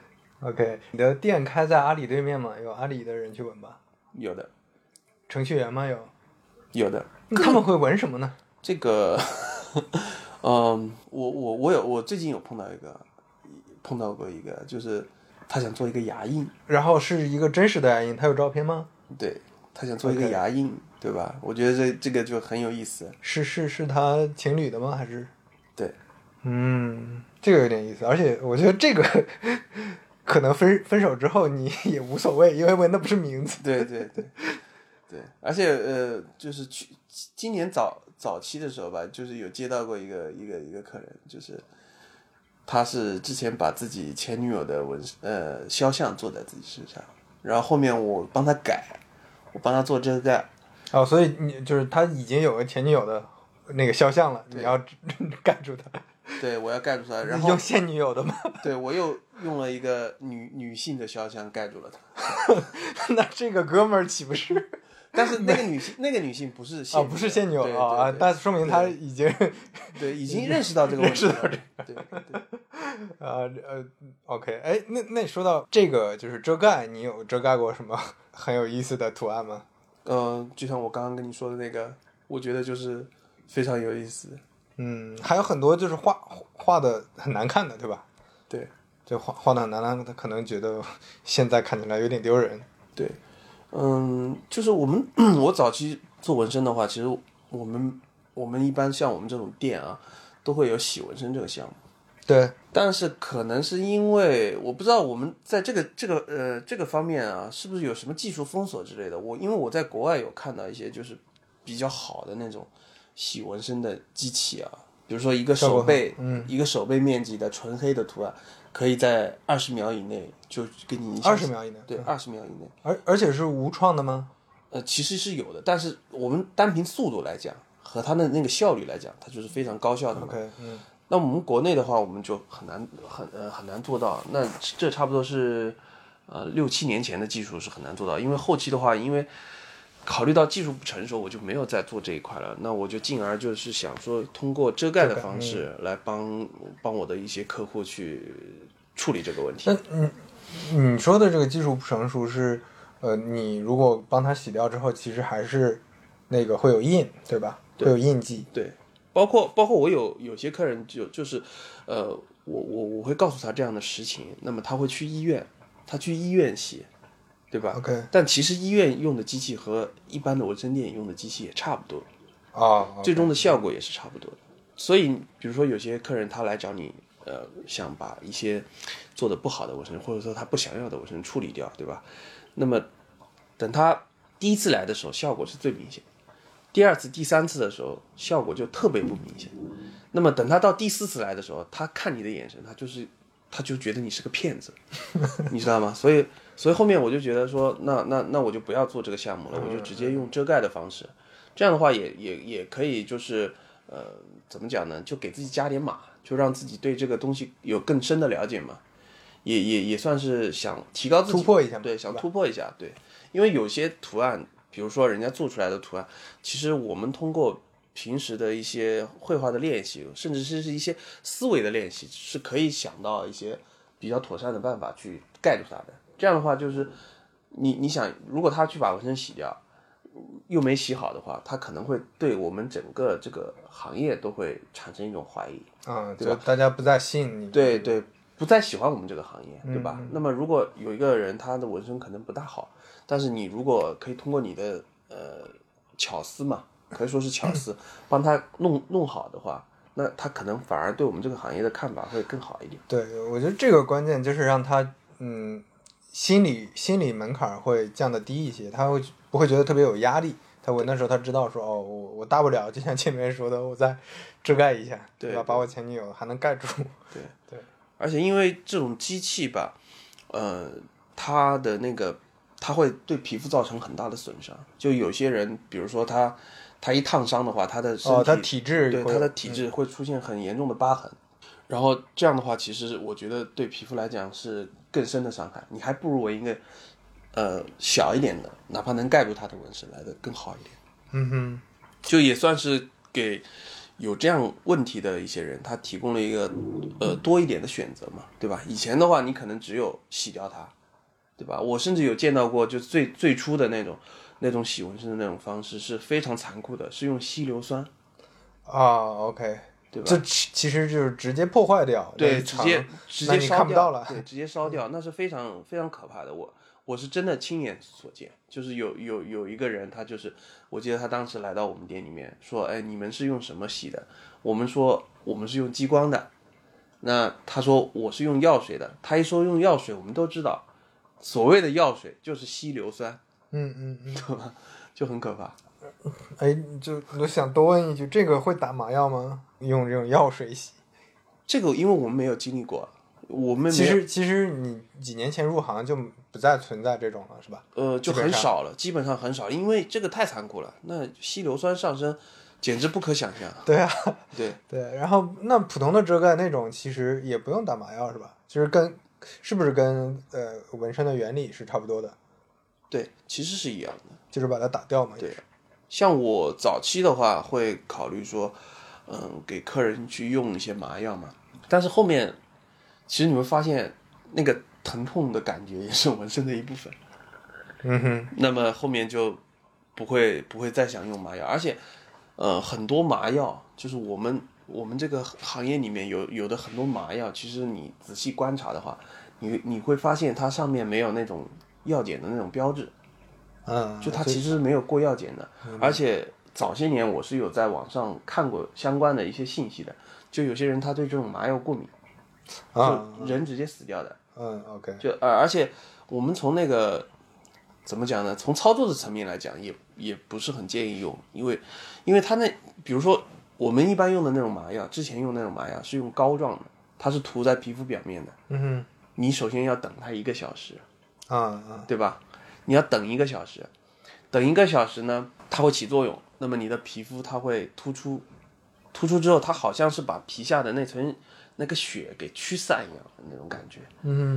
OK， 你的店开在阿里对面吗？有阿里的人去纹吧？ 有的。 程序员吗？有。 有的。 他们会纹什么呢？ 这个，嗯，我我我有我最近有碰到一个，碰到过一个，就是他想做一个牙印， 然后是一个真实的牙印，他有照片吗？ 对，他想做一个牙印， okay. 对吧？我觉得这这个就很有意思。 是是是他情侣的吗？还是？ 对。 嗯，这个有点意思，而且我觉得这个。可能分分手之后你也无所谓，因为纹的不是名字。 对对对对，而且呃，就是去今年早早期的时候吧，就是有接到过一个一个一个客人，就是他是之前把自己前女友的纹呃肖像做在自己身上，然后后面我帮他改，我帮他做遮盖。 哦，所以你就是他已经有个前女友的那个肖像了，你要盖住他。 对，我要盖住他，然后用现女友的吗？ 对，我又用了一个女女性的肖像盖住了他。 那这个哥们儿岂不是？ 但是那个女性，那个女性不是现啊、哦，不是现女友啊，但说明他已经对已经认识到这个问题了。 认识到这个，对对。啊呃 ，OK， 哎，那那说到这个就是遮盖，你有遮盖过什么很有意思的图案吗？ 呃，就像我刚刚跟你说的那个，我觉得就是非常有意思的。 嗯，还有很多就是画画的很难看的，对吧？ 对， 就画画的很难看，他可能觉得现在看起来有点丢人。 对，嗯，就是我们我早期做纹身的话，其实我们我们一般像我们这种店啊，都会有洗纹身这个项目。 对， 但是可能是因为我不知道我们在这个这个呃这个方面啊，是不是有什么技术封锁之类的？我因为我在国外有看到一些就是比较好的那种。洗纹身的机器啊，比如说一个手背， 嗯， 一个手背面积的纯黑的图案，可以在二十秒以内就给你二十秒以内， 对，二十秒以内， 而而且是无创的吗？ 呃，其实是有的，但是我们单凭速度来讲和它的那个效率来讲，它就是非常高效的嘛。 OK， 嗯， 那我们国内的话，我们就很难很呃很难做到。那这差不多是呃六七年前的技术是很难做到，因为后期的话，因为考虑到技术不成熟，我就没有再做这一块了。那我就进而就是想说，通过遮盖的方式来帮帮我的一些客户去处理这个问题。 那嗯，你说的这个技术不成熟是，呃，你如果帮他洗掉之后，其实还是那个会有印，对吧？ 对， 会有印记。 对，包括包括我有有些客人就就是，呃，我我我会告诉他这样的实情，那么他会去医院，他去医院洗。对吧 ？OK， 但其实医院用的机器和一般的纹身店用的机器也差不多啊， oh, okay. 最终的效果也是差不多的。所以，比如说有些客人他来找你，呃，想把一些做的不好的纹身，或者说他不想要的纹身处理掉，对吧？那么等他第一次来的时候，效果是最明显；第二次、第三次的时候，效果就特别不明显。那么等他到第四次来的时候，他看你的眼神，他就是他就觉得你是个骗子，你知道吗？所以。所以后面我就觉得说，那那那我就不要做这个项目了，我就直接用遮盖的方式，这样的话也也也可以，就是呃，怎么讲呢？就给自己加点码，就让自己对这个东西有更深的了解嘛，也也也算是想提高自己， 突破一下， 对，想突破一下，对，因为有些图案，比如说人家做出来的图案，其实我们通过平时的一些绘画的练习，甚至是一些思维的练习，是可以想到一些比较妥善的办法去盖住它的。这样的话，就是你你想，如果他去把纹身洗掉，又没洗好的话，他可能会对我们整个这个行业都会产生一种怀疑啊， 对吧？ 大家不再信你， 对对，不再喜欢我们这个行业，对吧？ 嗯嗯、 那么如果有一个人他的纹身可能不大好，但是你如果可以通过你的呃巧思嘛，可以说是巧思，帮他弄弄好的话，那他可能反而对我们这个行业的看法会更好一点。 对，我觉得这个关键就是让他嗯。心理心理门槛会降得低一些，他会不会觉得特别有压力？他纹的时候，他知道说哦，我我大不了就像前面说的，我再遮盖一下， 对, 对吧？把我前女友还能盖住。 对对， 而且因为这种机器吧，呃，它的那个它会对皮肤造成很大的损伤。就有些人，比如说他他一烫伤的话，他的身体、 哦、他体质对他的体质会出现很严重的疤痕。嗯然后这样的话，其实我觉得对皮肤来讲是更深的伤害。你还不如纹一个，呃，小一点的，哪怕能盖住它的纹身来的更好一点。 嗯哼， 就也算是给有这样问题的一些人，他提供了一个呃多一点的选择嘛，对吧？以前的话，你可能只有洗掉它，对吧？我甚至有见到过，就最最初的那种那种洗纹身的那种方式是非常残酷的，是用稀硫酸。 啊 ，OK。 对吧？ 这其实就是直接破坏掉， 对，直接直接烧掉，看不到了， 对，直接烧掉，那是非常非常可怕的。我我是真的亲眼所见，就是有有有一个人，他就是，我记得他当时来到我们店里面说，哎，你们是用什么洗的？我们说我们是用激光的，那他说我是用药水的。他一说用药水，我们都知道，所谓的药水就是稀硫酸， 嗯嗯嗯， 对吧？就很可怕。 哎，就我想多问一句，这个会打麻药吗？用这种药水洗？ 这个因为我们没有经历过，我们其实其实你几年前入行就不再存在这种了，是吧？ 呃，就很少了，基本上很少，因为这个太残酷了。那稀硫酸上升，简直不可想象。 对啊， 对对。然后那普通的遮盖那种，其实也不用打麻药，是吧？其实跟是不是跟呃纹身的原理是差不多的？ 对，其实是一样的， 就是把它打掉嘛。 对。像我早期的话，会考虑说，嗯，给客人去用一些麻药嘛。但是后面，其实你会发现，那个疼痛的感觉也是纹身的一部分。 嗯哼。 那么后面就不会不会再想用麻药，而且，呃，很多麻药就是我们我们这个行业里面有有的很多麻药，其实你仔细观察的话，你你会发现它上面没有那种药检的那种标志。 嗯， 就它其实没有过药检的，而且早些年我是有在网上看过相关的一些信息的，就有些人他对这种麻药过敏， 啊， 就人直接死掉的。 嗯 ，OK， 就呃，而且我们从那个怎么讲呢？从操作的层面来讲，也也不是很建议用，因为因为它那比如说我们一般用的那种麻药，之前用那种麻药是用膏状的，它是涂在皮肤表面的。 嗯哼， 你首先要等它一个小时， 啊啊， 对吧？你要等一个小时，等一个小时呢，它会起作用。那么你的皮肤它会突出，突出之后，它好像是把皮下的那层那个血给驱散一样的那种感觉。 嗯，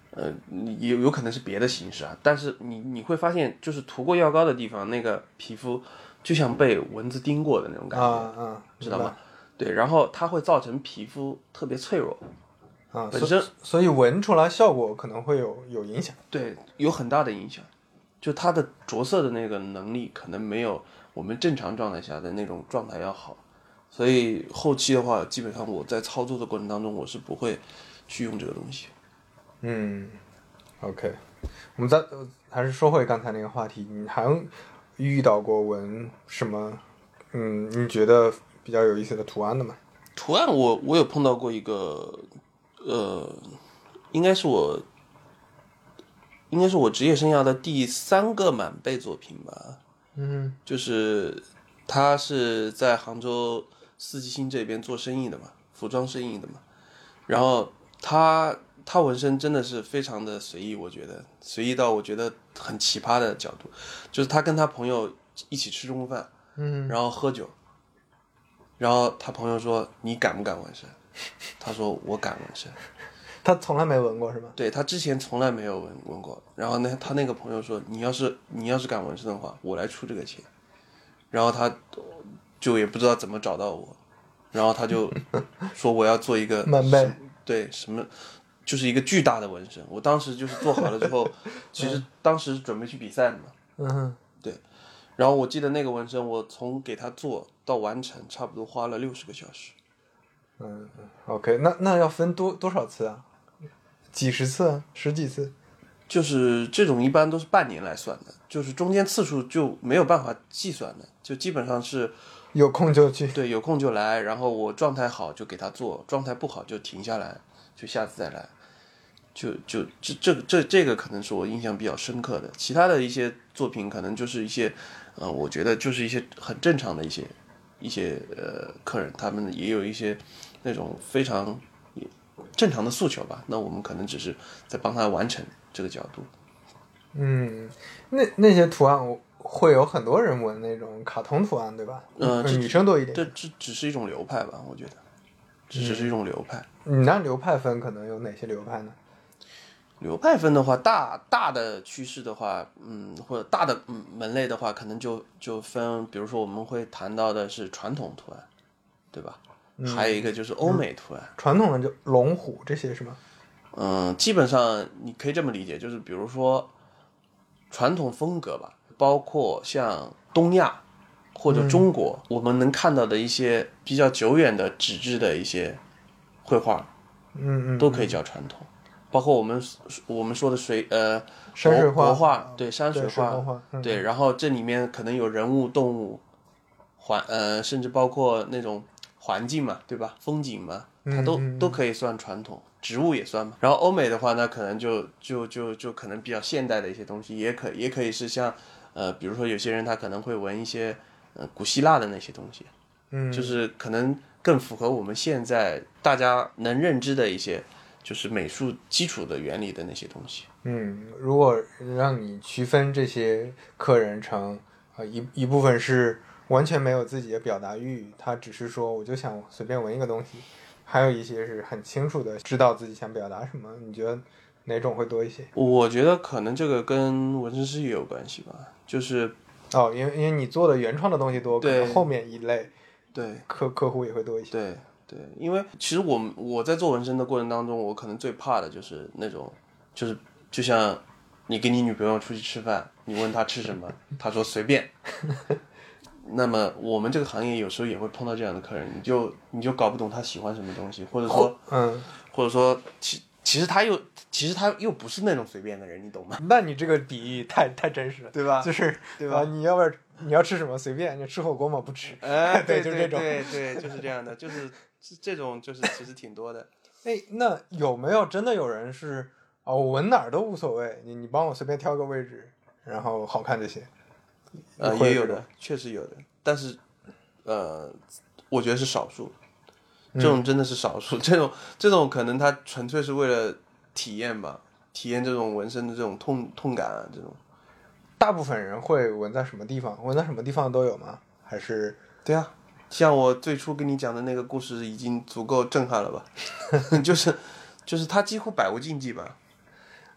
呃，有有可能是别的形式啊，但是你你会发现，就是涂过药膏的地方，那个皮肤就像被蚊子叮过的那种感觉， 啊啊， 知道吗？对，然后它会造成皮肤特别脆弱， 啊， 本身所以闻出来效果可能会有有影响， 对，有很大的影响，就它的着色的那个能力可能没有我们正常状态下的那种状态要好，所以后期的话，基本上我在操作的过程当中，我是不会去用这个东西。 嗯 ，OK， 我们再还是说回刚才那个话题，你还遇到过纹什么？嗯，你觉得比较有意思的图案的吗？ 图案我我有碰到过一个，呃，应该是我，应该是我职业生涯的第三个满背作品吧。 嗯， 就是他是在杭州四季青这边做生意的嘛，服装生意的嘛，然后他。他纹身真的是非常的随意，我觉得随意到我觉得很奇葩的角度，就是他跟他朋友一起吃中饭， 嗯， 然后喝酒，然后他朋友说你敢不敢纹身？他说我敢纹身。 他从来没纹过是吧？ 对，他之前从来没有纹纹过，然后呢，他那个朋友说你要是你要是敢纹身的话，我来出这个钱，然后他就也不知道怎么找到我，然后他就说我要做一个满背， 对什么。就是一个巨大的纹身，我当时就是做好了之后，其实当时准备去比赛的嘛， 嗯， 对，然后我记得那个纹身，我从给他做到完成，差不多花了六十个小时。 嗯 ，OK， 那那要分多多少次啊？几十次啊？十几次？ 就是这种一般都是半年来算的，就是中间次数就没有办法计算的，就基本上是有空就去， 对，有空就来，然后我状态好就给他做，状态不好就停下来，就下次再来。就就这这这这个可能是我印象比较深刻的，其他的一些作品可能就是一些，呃，我觉得就是一些很正常的一些一些呃客人，他们也有一些那种非常正常的诉求吧，那我们可能只是在帮他完成这个角度。 嗯，那那些图案会有很多人纹那种卡通图案，对吧？ 嗯、呃， 女生多一点。 这这只是一种流派吧，我觉得，这只是一种流派。 嗯、你按流派分，可能有哪些流派呢？ 流派分的话，大大的趋势的话，嗯，或者大的门类的话，可能就就分，比如说我们会谈到的是传统图案，对吧？嗯、还有一个就是欧美图案。 嗯、传统的就龙虎这些是吗？ 嗯，基本上你可以这么理解，就是比如说传统风格吧，包括像东亚或者中国，嗯、我们能看到的一些比较久远的纸质的一些绘画， 嗯嗯， 都可以叫传统。包括我们我们说的水呃山水画， 国画对山水画， 对, 画嗯、 对，然后这里面可能有人物、动物，环呃甚至包括那种环境嘛，对吧？风景嘛，它都、 嗯、 都可以算传统，植物也算嘛。然后欧美的话呢，可能就就就就可能比较现代的一些东西，也可也可以是像呃比如说有些人他可能会纹一些呃古希腊的那些东西， 嗯， 就是可能更符合我们现在大家能认知的一些。就是美术基础的原理的那些东西。 嗯，如果让你区分这些客人成，呃，一一部分是完全没有自己的表达欲，他只是说我就想随便纹一个东西，还有一些是很清楚的知道自己想表达什么。你觉得哪种会多一些？ 我觉得可能这个跟纹身师也有关系吧，就是哦，因为因为你做的原创的东西多，可能后面一类对客客户也会多一些。 对。对，因为其实我我在做纹身的过程当中，我可能最怕的就是那种，就是就像你跟你女朋友出去吃饭，你问她吃什么，她说随便。那么我们这个行业有时候也会碰到这样的客人，你就你就搞不懂他喜欢什么东西，或者说， 嗯， 或者说其其实他又其实他又不是那种随便的人，你懂吗？ 那你这个比喻太太真实了， 对吧？ 就是对吧？ 啊、你要不然你要吃什么随便，你吃火锅吗？不吃。 哎， 对， 对就是这种， 对对，就是这样的，就是这种就是其实挺多的。 哎，那有没有真的有人是啊、哦，我纹哪儿都无所谓，你你帮我随便挑个位置，然后好看就行。 呃，也有的，确实有的，但是呃，我觉得是少数，这种真的是少数，嗯、这种这种可能他纯粹是为了体验吧，体验这种纹身的这种痛痛感啊，这种。 大部分人会纹在什么地方？纹在什么地方都有吗？还是？ 对啊，像我最初跟你讲的那个故事已经足够震撼了吧？就是就是他几乎百无禁忌吧。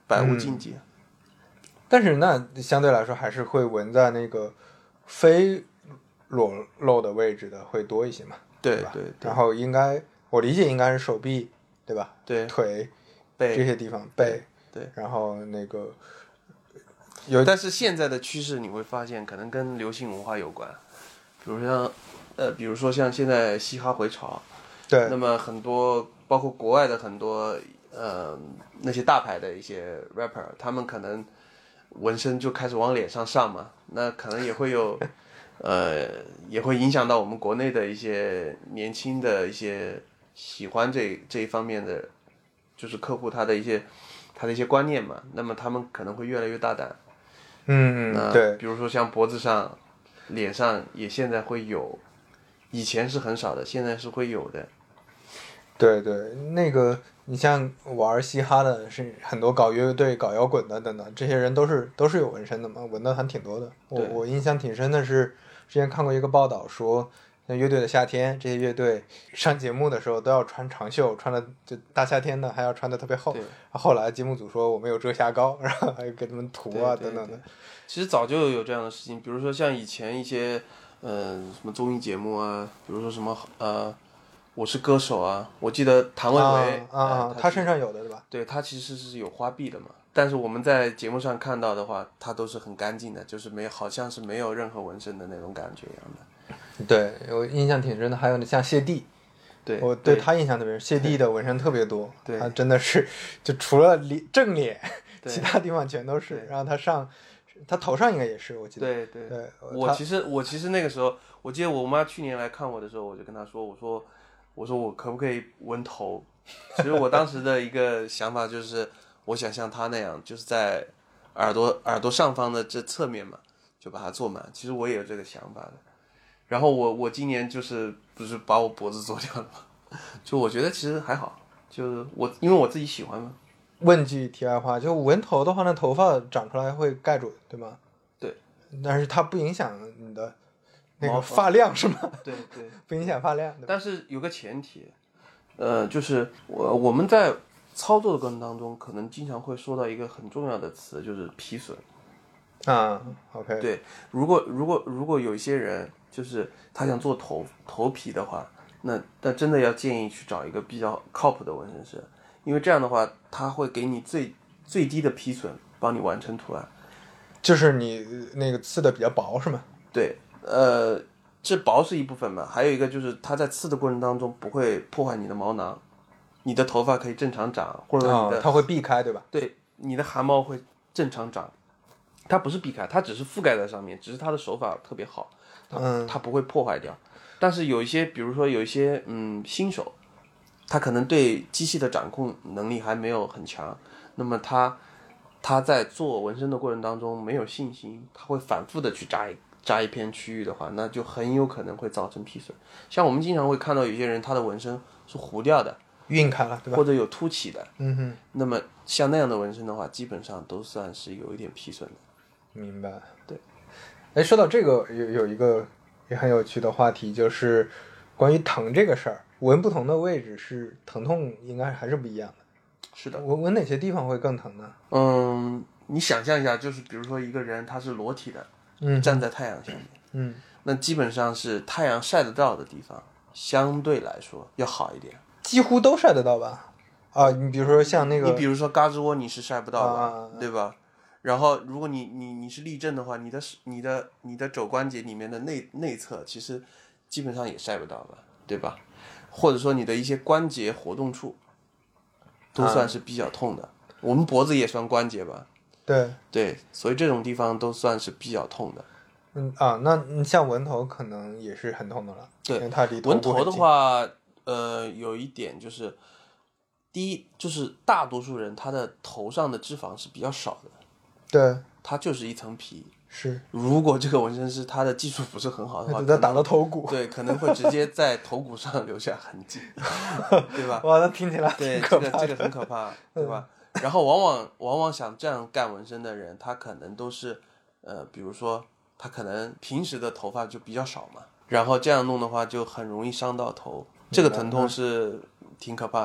百无禁忌。 嗯但是那相对来说还是会纹在那个非裸露的位置的会多一些嘛，吧对对对。 然后应该我理解应该是手臂，对吧？ 对， 腿、 背这些地方，背， 对。 然后那个有， 但是现在的趋势你会发现，可能跟流行文化有关，比如像呃，比如说像现在嘻哈回潮， 对， 那么很多包括国外的很多呃那些大牌的一些 rapper， 他们可能纹身就开始往脸上上嘛，那可能也会有，呃，也会影响到我们国内的一些年轻的一些喜欢这这一方面的，就是客户他的一些他的一些观念嘛，那么他们可能会越来越大胆。 嗯嗯，对， 比如说像脖子上、脸上也现在会有，以前是很少的，现在是会有的。 对对，那个你像玩嘻哈的，是很多搞乐队、搞摇滚的等等，这些人都是都是有纹身的嘛，纹的还挺多的。我我印象挺深的是，之前看过一个报道说，像乐队的夏天，这些乐队上节目的时候都要穿长袖，穿的就大夏天的还要穿的特别厚。后来节目组说我们有遮瑕膏，然后还给他们涂啊对对对等等的。 其实早就有这样的事情，比如说像以前一些呃什么综艺节目啊，比如说什么呃。我是歌手啊！我记得谭维维啊啊、呃，他身上有的对吧？ 对，他其实是有花臂的嘛。但是我们在节目上看到的话，他都是很干净的，就是没好像是没有任何纹身的那种感觉一样的。 对，我印象挺深的。还有像谢帝， 对， 我对他印象特别深。谢帝的纹身特别多， 对， 他真的是就除了脸正脸，其他地方全都是。然后他上，他头上应该也是，我记得。 对对对， 我其实我其实那个时候，我记得我妈去年来看我的时候，我就跟她说，我说。我说我可不可以纹头？其实我当时的一个想法就是，我想像他那样，就是在耳朵耳朵上方的这侧面嘛，就把它做满。其实我也有这个想法的。然后我我今年就是不是把我脖子做掉了嘛？就我觉得其实还好，就是我因为我自己喜欢嘛。 问句题外话，就纹头的话，那头发长出来会盖住，对吗？ 对。 但是它不影响你的。那个发量是吗？ 对对， 不影响发量。 但是有个前提，呃，就是我我们在操作的过程当中，可能经常会说到一个很重要的词，就是皮损。 啊 ，OK。 对，如果如果如果有一些人就是他想做头头皮的话，那那真的要建议去找一个比较靠谱的纹身师，因为这样的话，他会给你最最低的皮损，帮你完成图案。 就是你那个刺的比较薄是吗？ 对。呃，这薄是一部分嘛，还有一个就是它在刺的过程当中不会破坏你的毛囊，你的头发可以正常长，或者说你的、 哦、它会避开，对吧？ 对，你的汗毛会正常长，它不是避开，它只是覆盖在上面，只是它的手法特别好，它、嗯、它不会破坏掉。但是有一些，比如说有一些嗯新手，他可能对机器的掌控能力还没有很强，那么他他在做纹身的过程当中没有信心，他会反复的去扎一。扎一片区域的话，那就很有可能会造成皮损。像我们经常会看到有些人他的纹身是糊掉的， 晕开了，对吧？ 或者有凸起的。 嗯哼。 那么像那样的纹身的话，基本上都算是有一点皮损的。 明白。 对。 哎，说到这个，有有一个也很有趣的话题，就是关于疼这个事儿，纹不同的位置是疼痛应该还是不一样的。 是的。 纹纹哪些地方会更疼呢？ 嗯，你想象一下，就是比如说一个人他是裸体的。 嗯， 站在太阳下面， 嗯， 那基本上是太阳晒得到的地方，相对来说要好一点。 几乎都晒得到吧？啊，你比如说像那个， 你比如说胳肢窝你是晒不到的， 啊、 对吧？然后如果你你你是立正的话，你的你的你的肘关节里面的内内侧其实基本上也晒不到吧，对吧？或者说你的一些关节活动处都算是比较痛的，啊、我们脖子也算关节吧。 对对，所以这种地方都算是比较痛的。 嗯啊，那你像纹头可能也是很痛的了。 对， 因为它离头纹头的话，呃，有一点就是，第一就是大多数人他的头上的脂肪是比较少的。 对， 它就是一层皮。 是， 如果这个纹身师他的技术不是很好的话， 他打到头骨， 对，可能会直接在头骨上留下痕迹，对吧？ 哇，那听起来对，这个这个很可怕，对吧？嗯、然后往往往往想这样干纹身的人，他可能都是，呃，比如说他可能平时的头发就比较少嘛，然后这样弄的话就很容易伤到头，这个疼痛是挺可怕的。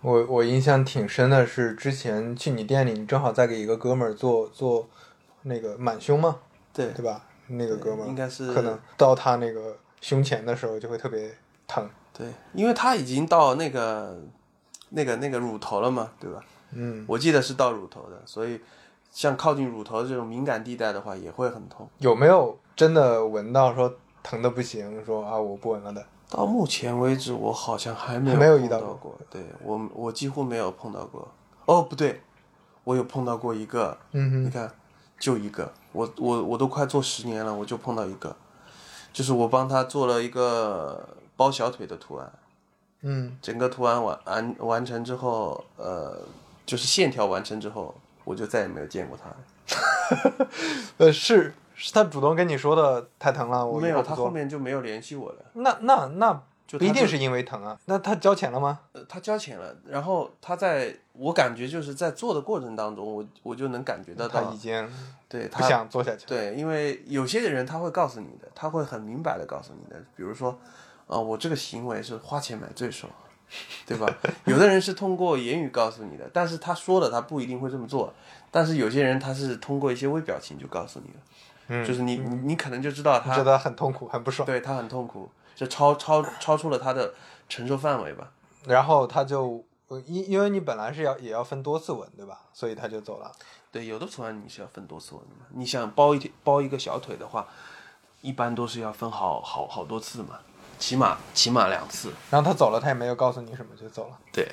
我我印象挺深的是，之前去你店里，你正好在给一个哥们儿做做那个满胸嘛， 对对吧？那个哥们儿应该是可能到他那个胸前的时候就会特别疼。 对，因为他已经到那个那个那个乳头了嘛，对吧？ 嗯， 我记得是到乳头的，所以像靠近乳头这种敏感地带的话，也会很痛。 有没有真的闻到说疼的不行，说啊我不闻了的？ 到目前为止，我好像还没有没有遇碰到过到过。对我，我几乎没有碰到过。哦，不对，我有碰到过一个。 嗯哼， 你看，就一个，我我我都快做十年了，我就碰到一个，就是我帮他做了一个包小腿的图案。 嗯， 整个图案完完完成之后，呃，就是线条完成之后，我就再也没有见过他了。 呃，是是他主动跟你说的太疼了，我没有， 以不做他后面就没有联系我了。 那那那就他就是不一定因为疼啊。那他交钱了吗？ 呃，他交钱了，然后他在我感觉就是在做的过程当中，我我就能感觉得到， 他已经对他不想做下去了。 对，因为有些人他会告诉你的，他会很明白的告诉你的，比如说，啊、呃，我这个行为是花钱买罪受，对吧？有的人是通过言语告诉你的，但是他说了他不一定会这么做，但是有些人他是通过一些微表情就告诉你了， 嗯， 就是你你你可能就知道他觉得很痛苦，很不爽， 对他很痛苦，就超超超出了他的承受范围吧。 然后他就因因为你本来是要也要分多次纹对吧？所以他就走了。 对，有的图案你是要分多次纹的嘛。你想包一包一个小腿的话，一般都是要分好好好多次嘛，起码起码两次。 然后他走了，他也没有告诉你什么就走了。 对。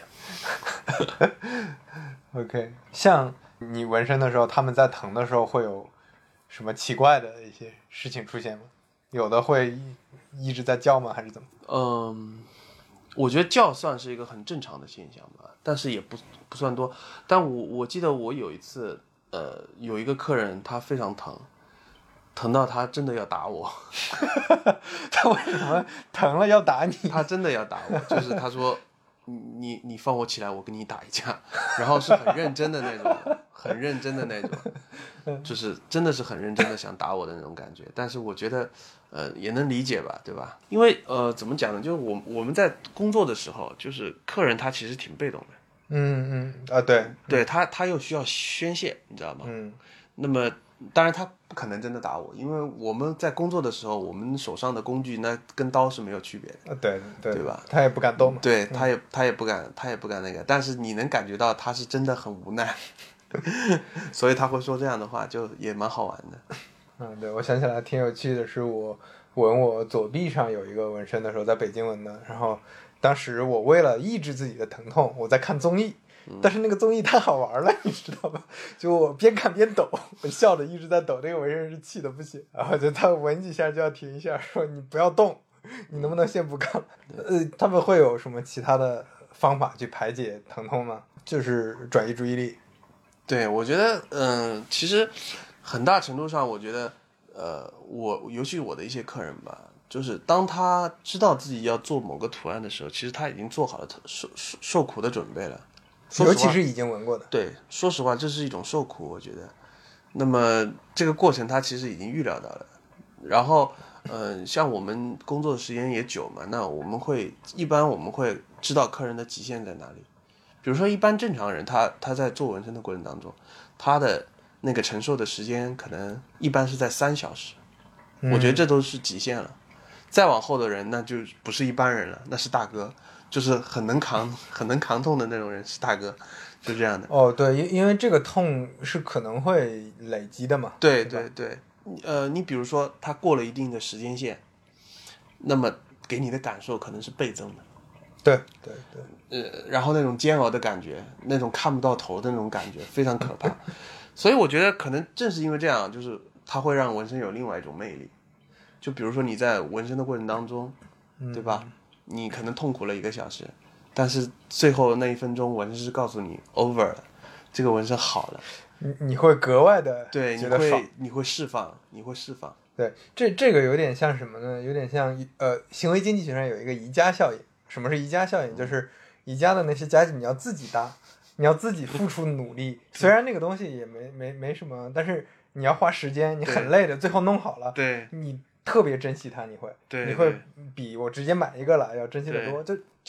OK， 像你纹身的时候，他们在疼的时候会有什么奇怪的一些事情出现吗？有的会一直在叫吗？还是怎么？ 嗯，我觉得叫算是一个很正常的现象吧，但是也不不算多。但我我记得我有一次，呃，有一个客人他非常疼，疼到他真的要打我。 他为什么疼了要打你？ 他真的要打我，就是他说你你放我起来，我跟你打一架，然后是很认真的那种，很认真的那种，就是真的是很认真的想打我的那种感觉。但是我觉得，呃，也能理解吧，对吧？因为呃，怎么讲呢？就是我我们在工作的时候，就是客人他其实挺被动的， 嗯嗯啊，对对他他又需要宣泄，你知道吗？ 嗯， 那么当然他不可能真的打我，因为我们在工作的时候，我们手上的工具那跟刀是没有区别的。 啊对对对吧？ 他也不敢动嘛。 对，他也他也不敢，他也不敢那个，但是你能感觉到他是真的很无奈，所以他会说这样的话，就也蛮好玩的。 嗯，对，我想起来挺有趣的是我纹我左臂上有一个纹身的时候，在北京纹的，然后当时我为了抑制自己的疼痛，我在看综艺。但是那个综艺太好玩了，你知道吧？就我边看边抖，我笑着一直在抖，那个纹身师气的不行，然后就他纹几下就要停一下，说你不要动，你能不能先不看了？呃，他们会有什么其他的方法去排解疼痛吗？就是转移注意力。 对，我觉得，嗯、呃，其实很大程度上，我觉得，呃，我尤其我的一些客人吧，就是当他知道自己要做某个图案的时候，其实他已经做好了受受受苦的准备了。 尤其是已经纹过的。 对，说实话，这是一种受苦，我觉得。那么这个过程他其实已经预料到了。然后，嗯、呃，像我们工作的时间也久嘛，那我们会一般我们会知道客人的极限在哪里。比如说，一般正常人他他在做纹身的过程当中，他的那个承受的时间可能一般是在三小时， 嗯、 我觉得这都是极限了。再往后的人，那就不是一般人了，那是大哥。就是很能扛、很能扛痛的那种人是大哥，就这样的。 哦，对，因因为这个痛是可能会累积的嘛。 对对对，呃，你比如说他过了一定的时间线，那么给你的感受可能是倍增的。 对对对。 呃，然后那种煎熬的感觉，那种看不到头的那种感觉，非常可怕。所以我觉得可能正是因为这样，就是它会让纹身有另外一种魅力。就比如说你在纹身的过程当中，对吧？嗯，你可能痛苦了一个小时，但是最后那一分钟纹身师告诉你 over 了，这个纹身好了， 你你会格外的对， 觉得爽， 你会你会释放，你会释放。 对，这这个有点像什么呢？有点像呃，行为经济学上有一个宜家效应。什么是宜家效应？就是宜家的那些家具你要自己搭，你要自己付出努力，虽然那个东西也没没没什么，但是你要花时间，你很累的，最后弄好了， 对， 你特别珍惜它，你会， 对， 你会比我直接买一个来要珍惜的多。就这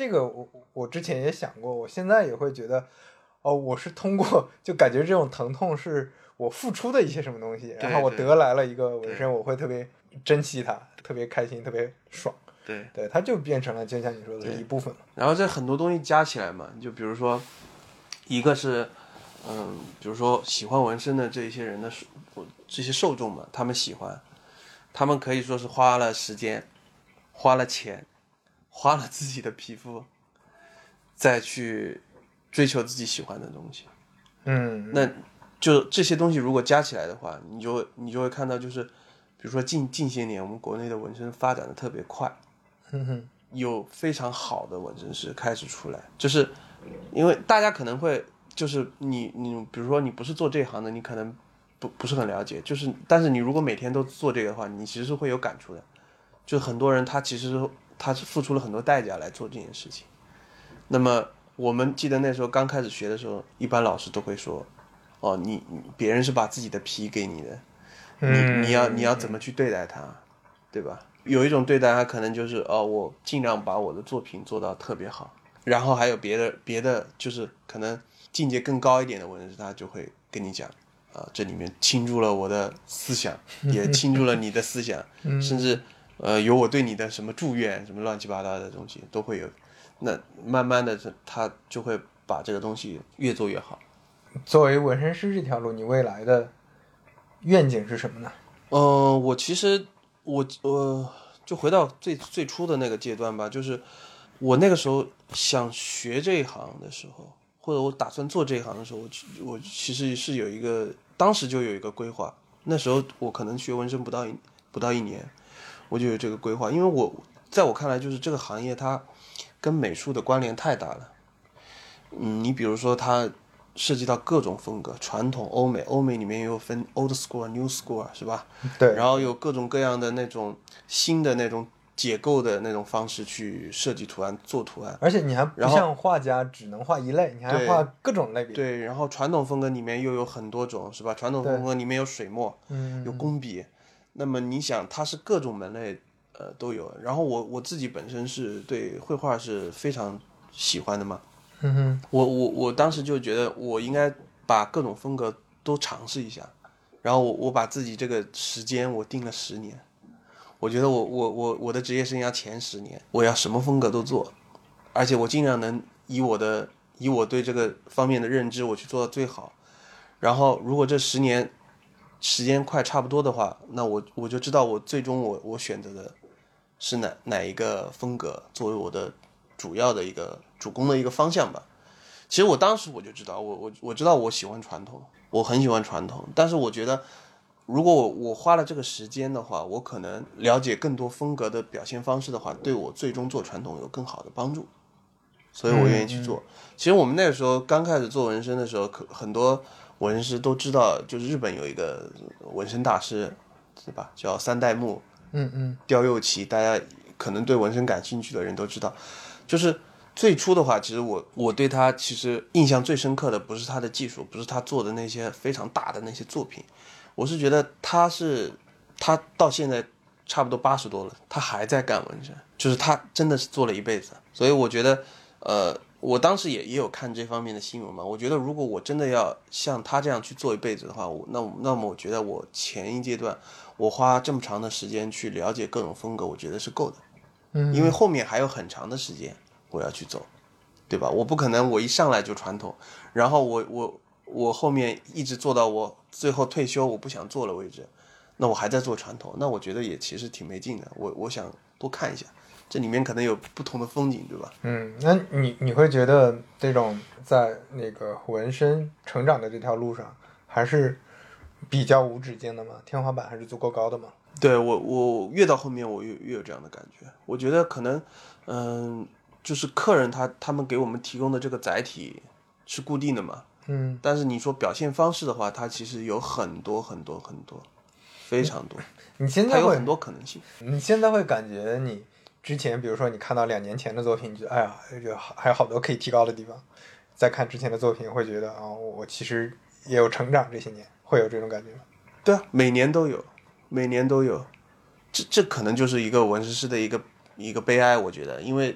这个我我之前也想过，我现在也会觉得，哦，我是通过就感觉这种疼痛是我付出的一些什么东西，然后我得来了一个纹身，我会特别珍惜它，特别开心，特别爽。 对对，它就变成了就像你说的是一部分。 然后这很多东西加起来嘛，就比如说，一个是，嗯，比如说喜欢纹身的这些人的这些受众嘛，他们喜欢，他们可以说是花了时间，花了钱，花了自己的皮肤，再去追求自己喜欢的东西。 嗯， 那就这些东西如果加起来的话，你就你就会看到，就是比如说近近些年我们国内的纹身发展的特别快。 嗯哼， 有非常好的纹身师开始出来，就是因为大家可能会就是你你比如说你不是做这行的，你可能不不是很了解，就是但是你如果每天都做这个的话，你其实是会有感触的。就很多人他其实他是付出了很多代价来做这件事情。那么我们记得那时候刚开始学的时候，一般老师都会说，哦，你别人是把自己的皮给你的，你你要你要怎么去对待他，对吧？有一种对待他可能就是哦，我尽量把我的作品做到特别好，然后还有别的别的就是可能境界更高一点的纹身师，他就会跟你讲啊、呃，这里面倾注了我的思想，也倾注了你的思想，甚至呃有我对你的什么祝愿，什么乱七八糟的东西都会有。那慢慢的他就会把这个东西越做越好。 作为纹身师这条路，你未来的愿景是什么呢？ 嗯、呃，我其实。我呃，就回到最最初的那个阶段吧，就是我那个时候想学这一行的时候，或者我打算做这一行的时候，我我其实是有一个，当时就有一个规划。那时候我可能学纹身不到一不到一年，我就有这个规划，因为我在我看来，就是这个行业它跟美术的关联太大了。嗯，你比如说它涉及到各种风格，传统、欧美，欧美里面也有分 old school、new school， 是吧？ 对。 然后有各种各样的那种新的那种解构的那种方式去设计图案、做图案。 而且你还不像画家只能画一类，你还画各种类别。 对，然后传统风格里面又有很多种，是吧？传统风格里面有水墨， 嗯， 有工笔。那么你想，它是各种门类呃都有。然后我我自己本身是对绘画是非常喜欢的嘛。 嗯哼， 我我我当时就觉得我应该把各种风格都尝试一下，然后我我把自己这个时间我定了十年，我觉得我我我我的职业生涯前十年我要什么风格都做，而且我尽量能以我的以我对这个方面的认知我去做到最好，然后如果这十年时间快差不多的话，那我我就知道我最终我我选择的是哪哪一个风格作为我的主要的一个主攻的一个方向吧。其实我当时我就知道，我我我知道我喜欢传统，我很喜欢传统，但是我觉得如果我我花了这个时间的话，我可能了解更多风格的表现方式的话，对我最终做传统有更好的帮助，所以我愿意去做。嗯嗯，其实我们那个时候刚开始做纹身的时候，可很多纹身师都知道，就是日本有一个纹身大师，是吧？叫三代目， 嗯嗯， 刁右奇，大家可能对纹身感兴趣的人都知道。就是最初的话，其实我我对他其实印象最深刻的不是他的技术，不是他做的那些非常大的那些作品，我是觉得他是他到现在差不多八十多了，他还在干纹身，就是他真的是做了一辈子。所以我觉得呃我当时也也有看这方面的新闻嘛，我觉得如果我真的要像他这样去做一辈子的话，我那那么我觉得我前一阶段我花这么长的时间去了解各种风格，我觉得是够的。 嗯， 因为后面还有很长的时间我要去走，对吧？我不可能我一上来就传统，然后我我我后面一直做到我最后退休我不想做了为止，那我还在做传统，那我觉得也其实挺没劲的。我我想多看一下，这里面可能有不同的风景，对吧？ 嗯，那你你会觉得这种在那个纹身成长的这条路上还是比较无止境的吗？天花板还是足够高的吗？ 对，我我越到后面我越越有这样的感觉。我觉得可能嗯、呃，就是客人他他们给我们提供的这个载体是固定的嘛， 嗯， 但是你说表现方式的话，它其实有很多很多很多，非常多。 你现在它有很多可能性。 你现在会感觉你之前比如说你看到两年前的作品，你觉得哎呀还有好多可以提高的地方，再看之前的作品会觉得啊、哦，我其实也有成长，这些年会有这种感觉吗？ 对啊，每年都有，每年都有。这这可能就是一个纹身师的一个一个悲哀，我觉得，因为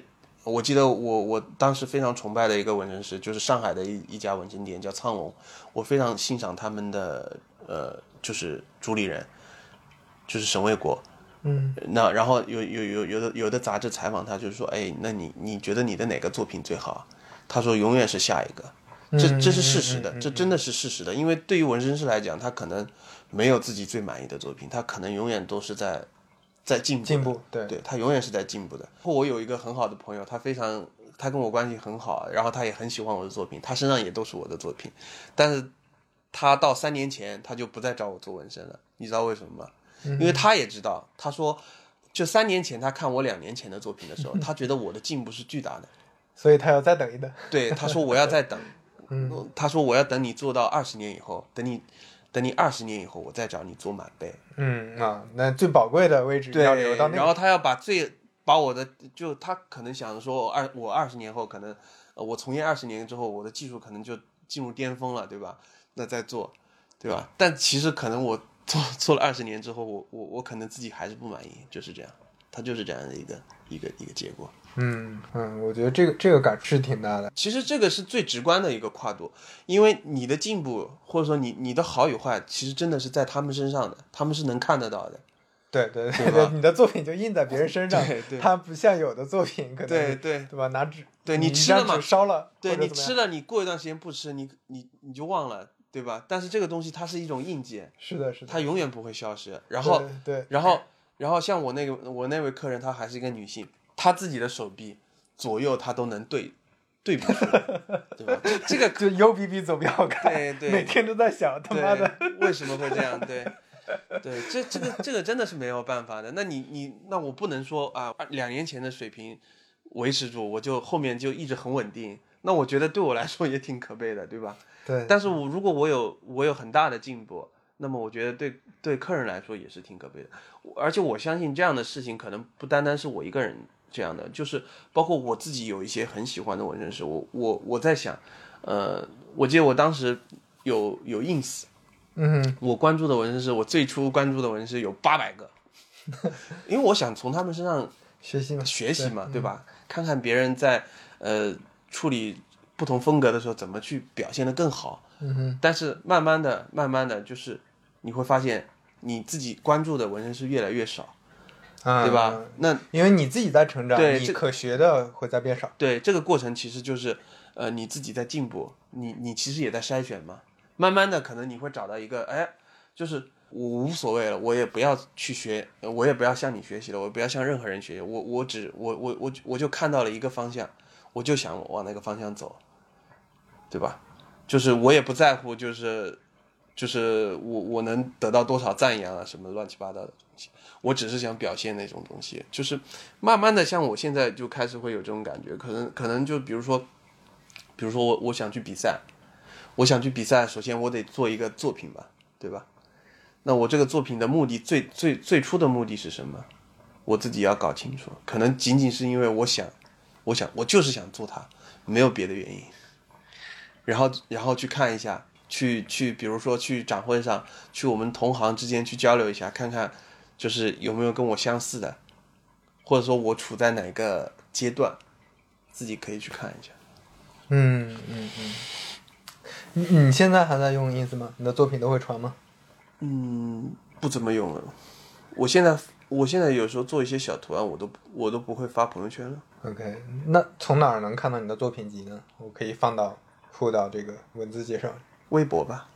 我记得我我当时非常崇拜的一个纹身师，就是上海的一一家纹身店叫苍龙，我非常欣赏他们的呃，就是主理人，就是沈卫国。 嗯， 那然后有有有有的有的杂志采访他，就是说，哎，那你你觉得你的哪个作品最好？他说永远是下一个，这这是事实的，这真的是事实的。因为对于纹身师来讲，他可能没有自己最满意的作品，他可能永远都是在在进步进步，对对，他永远是在进步的。我有一个很好的朋友，他非常他跟我关系很好，然后他也很喜欢我的作品，他身上也都是我的作品，但是他到三年前他就不再找我做纹身了，你知道为什么吗？因为他也知道，他说就三年前他看我两年前的作品的时候，他觉得我的进步是巨大的， 所以他要再等一等。 对，他说我要再等， 嗯， 他说我要等你做到二十年以后，等你等你二十年以后，我再找你做满倍。 嗯啊，那最宝贵的位置要留到那个。 然后他要把最把我的，就他可能想说二我二十年后可能，呃，我从业二十年之后，我的技术可能就进入巅峰了，对吧？那再做，对吧？但其实可能我做做了二十年之后，我我我可能自己还是不满意，就是这样，他就是这样的一个一个一个结果。 嗯嗯，我觉得这个这个感是挺大的。 其实这个是最直观的一个跨度，因为你的进步或者说你你的好与坏，其实真的是在他们身上的，他们是能看得到的。 对对对对，你的作品就印在别人身上， 对对， 它不像有的作品可能对对对吧？拿纸， 对你吃了嘛， 烧了， 对你吃了，你过一段时间不吃，你你你就忘了，对吧？但是这个东西它是一种印记， 是的，是的， 它永远不会消失。然后对， 然后然后像我那个我那位客人，她还是一个女性，她自己的手臂左右她都能对对比出来，对吧？这个就右比比左比好看， 对对， 每天都在想他妈的为什么会这样？对。对，这这个这个真的是没有办法的。那你你那我不能说啊，两年前的水平维持住，我就后面就一直很稳定。那我觉得对我来说也挺可悲的，对吧？ 对。 但是我如果我有我有很大的进步，那么我觉得对对客人来说也是挺可悲的。而且我相信这样的事情可能不单单是我一个人这样的，就是包括我自己有一些很喜欢的纹身师，我我我在想，呃，我记得我当时有有 ins。 嗯， 我关注的纹身师，我最初关注的纹身师有八百个，因为我想从他们身上学习嘛， 学习嘛， 对, 对吧、嗯？看看别人在呃处理不同风格的时候怎么去表现得更好。 嗯哼。 但是慢慢的、慢慢的，就是你会发现你自己关注的纹身师越来越少， 啊、 对吧？那因为你自己在成长， 对， 你可学的会在变少。 对，这个过程其实就是呃你自己在进步，你你其实也在筛选嘛。慢慢的，可能你会找到一个，哎，就是我无所谓了，我也不要去学，我也不要向你学习了，我不要向任何人学习，我我只我我我我就看到了一个方向，我就想往那个方向走，对吧？就是我也不在乎，就是就是我我能得到多少赞扬啊，什么乱七八糟的东西，我只是想表现那种东西，就是慢慢的，像我现在就开始会有这种感觉，可能可能就比如说，比如说我我想去比赛。我想去比赛，首先我得做一个作品吧，对吧？那我这个作品的目的最最最初的目的是什么？我自己要搞清楚。可能仅仅是因为我想，我想我就是想做它，没有别的原因。然后然后去看一下，去去比如说去展会上，去我们同行之间去交流一下，看看就是有没有跟我相似的，或者说我处在哪个阶段，自己可以去看一下。 嗯嗯嗯。你你现在还在用 ins 吗？你的作品都会传吗？ 嗯，不怎么用了。我现在我现在有时候做一些小图案，我都我都不会发朋友圈了。 OK， 那从哪儿能看到你的作品集呢？我可以放到附到这个文字介绍里。 微博吧。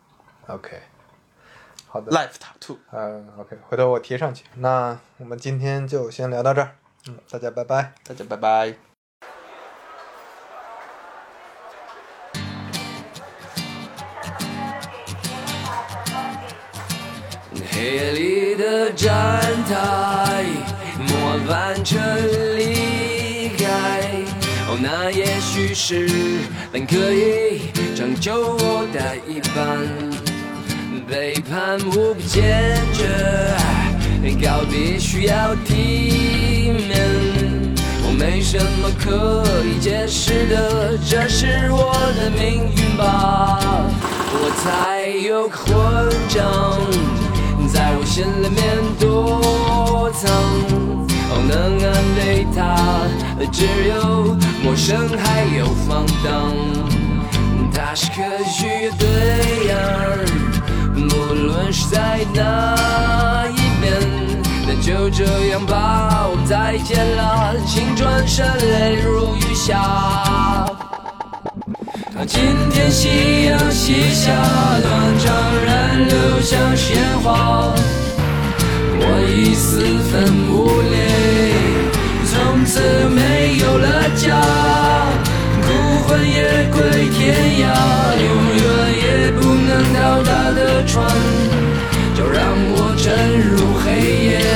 OK， 好的。 Life Tattoo。 嗯 ，OK， 回头我贴上去。那我们今天就先聊到这儿。嗯，大家拜拜。 大家拜拜。 黑夜里的站台，末班车离开。哦，那也许是本可以拯救我的一半。背叛无不坚决，告别需要体面。我没什么可以解释的，这是我的命运吧。我才有混账。在我心里面躲藏，哦，能安慰他。 只有陌生还有放荡。它是可取的对岸，不论是在哪一边，那就这样吧，我们再见了，请转身泪如雨下。今天夕阳西下，断肠人流像鲜花，我已四分五裂，从此没有了家，孤魂野归天涯，永远也不能到达的船，就让我沉入黑夜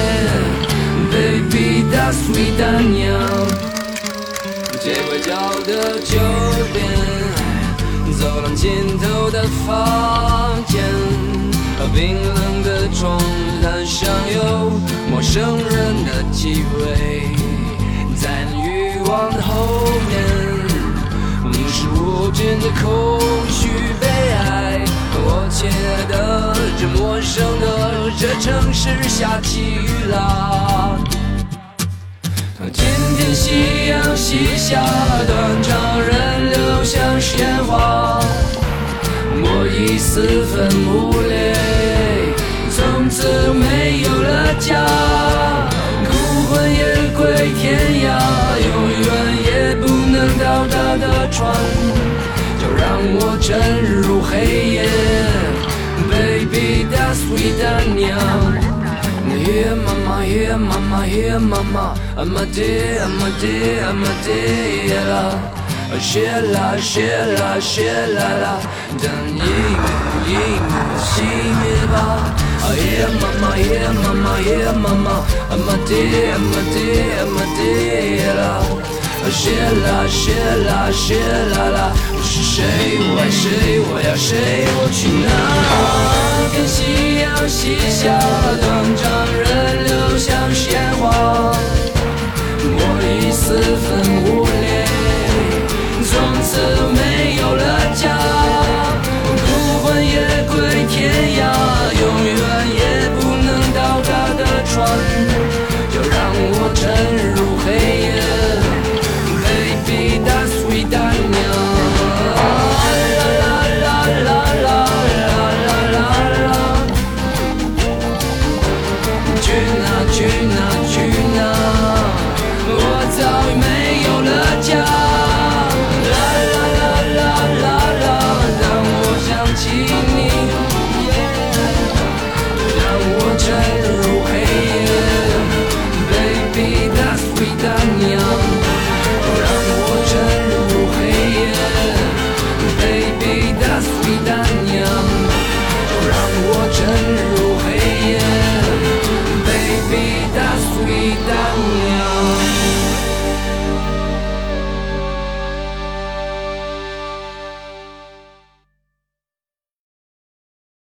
Baby that's sweet 丹娘。街拐角的酒店，走廊尽头的房间，冰冷的床单上有陌生人的气味，在欲望的后面是无尽的空虚悲哀。我亲爱的，这陌生的这城市下起雨啦。今天夕阳西下，断肠人流像鲜花，我已四分五裂，从此没有了家，孤魂野归天涯，永远也不能到达的船，就让我沉入黑夜 Baby that's sweet 丹娘。Here mama, here mama, here mama, I'm a day, I'm a day, I'm a day, la, shela, shela, shela la, 等一幕一幕熄灭吧。Here mama, here mama, here mama, I'm a day, I'm a day, I'm a day, la, shela, shela, shela la， 我是谁，我爱谁，我要谁，我去哪？跟夕阳西下，断肠人流像鲜花，我已四分五裂，从此没有了家，孤魂野归天涯，永远也不能到达的船，就让我沉入黑夜 Baby that's sweet 丹娘。君啊君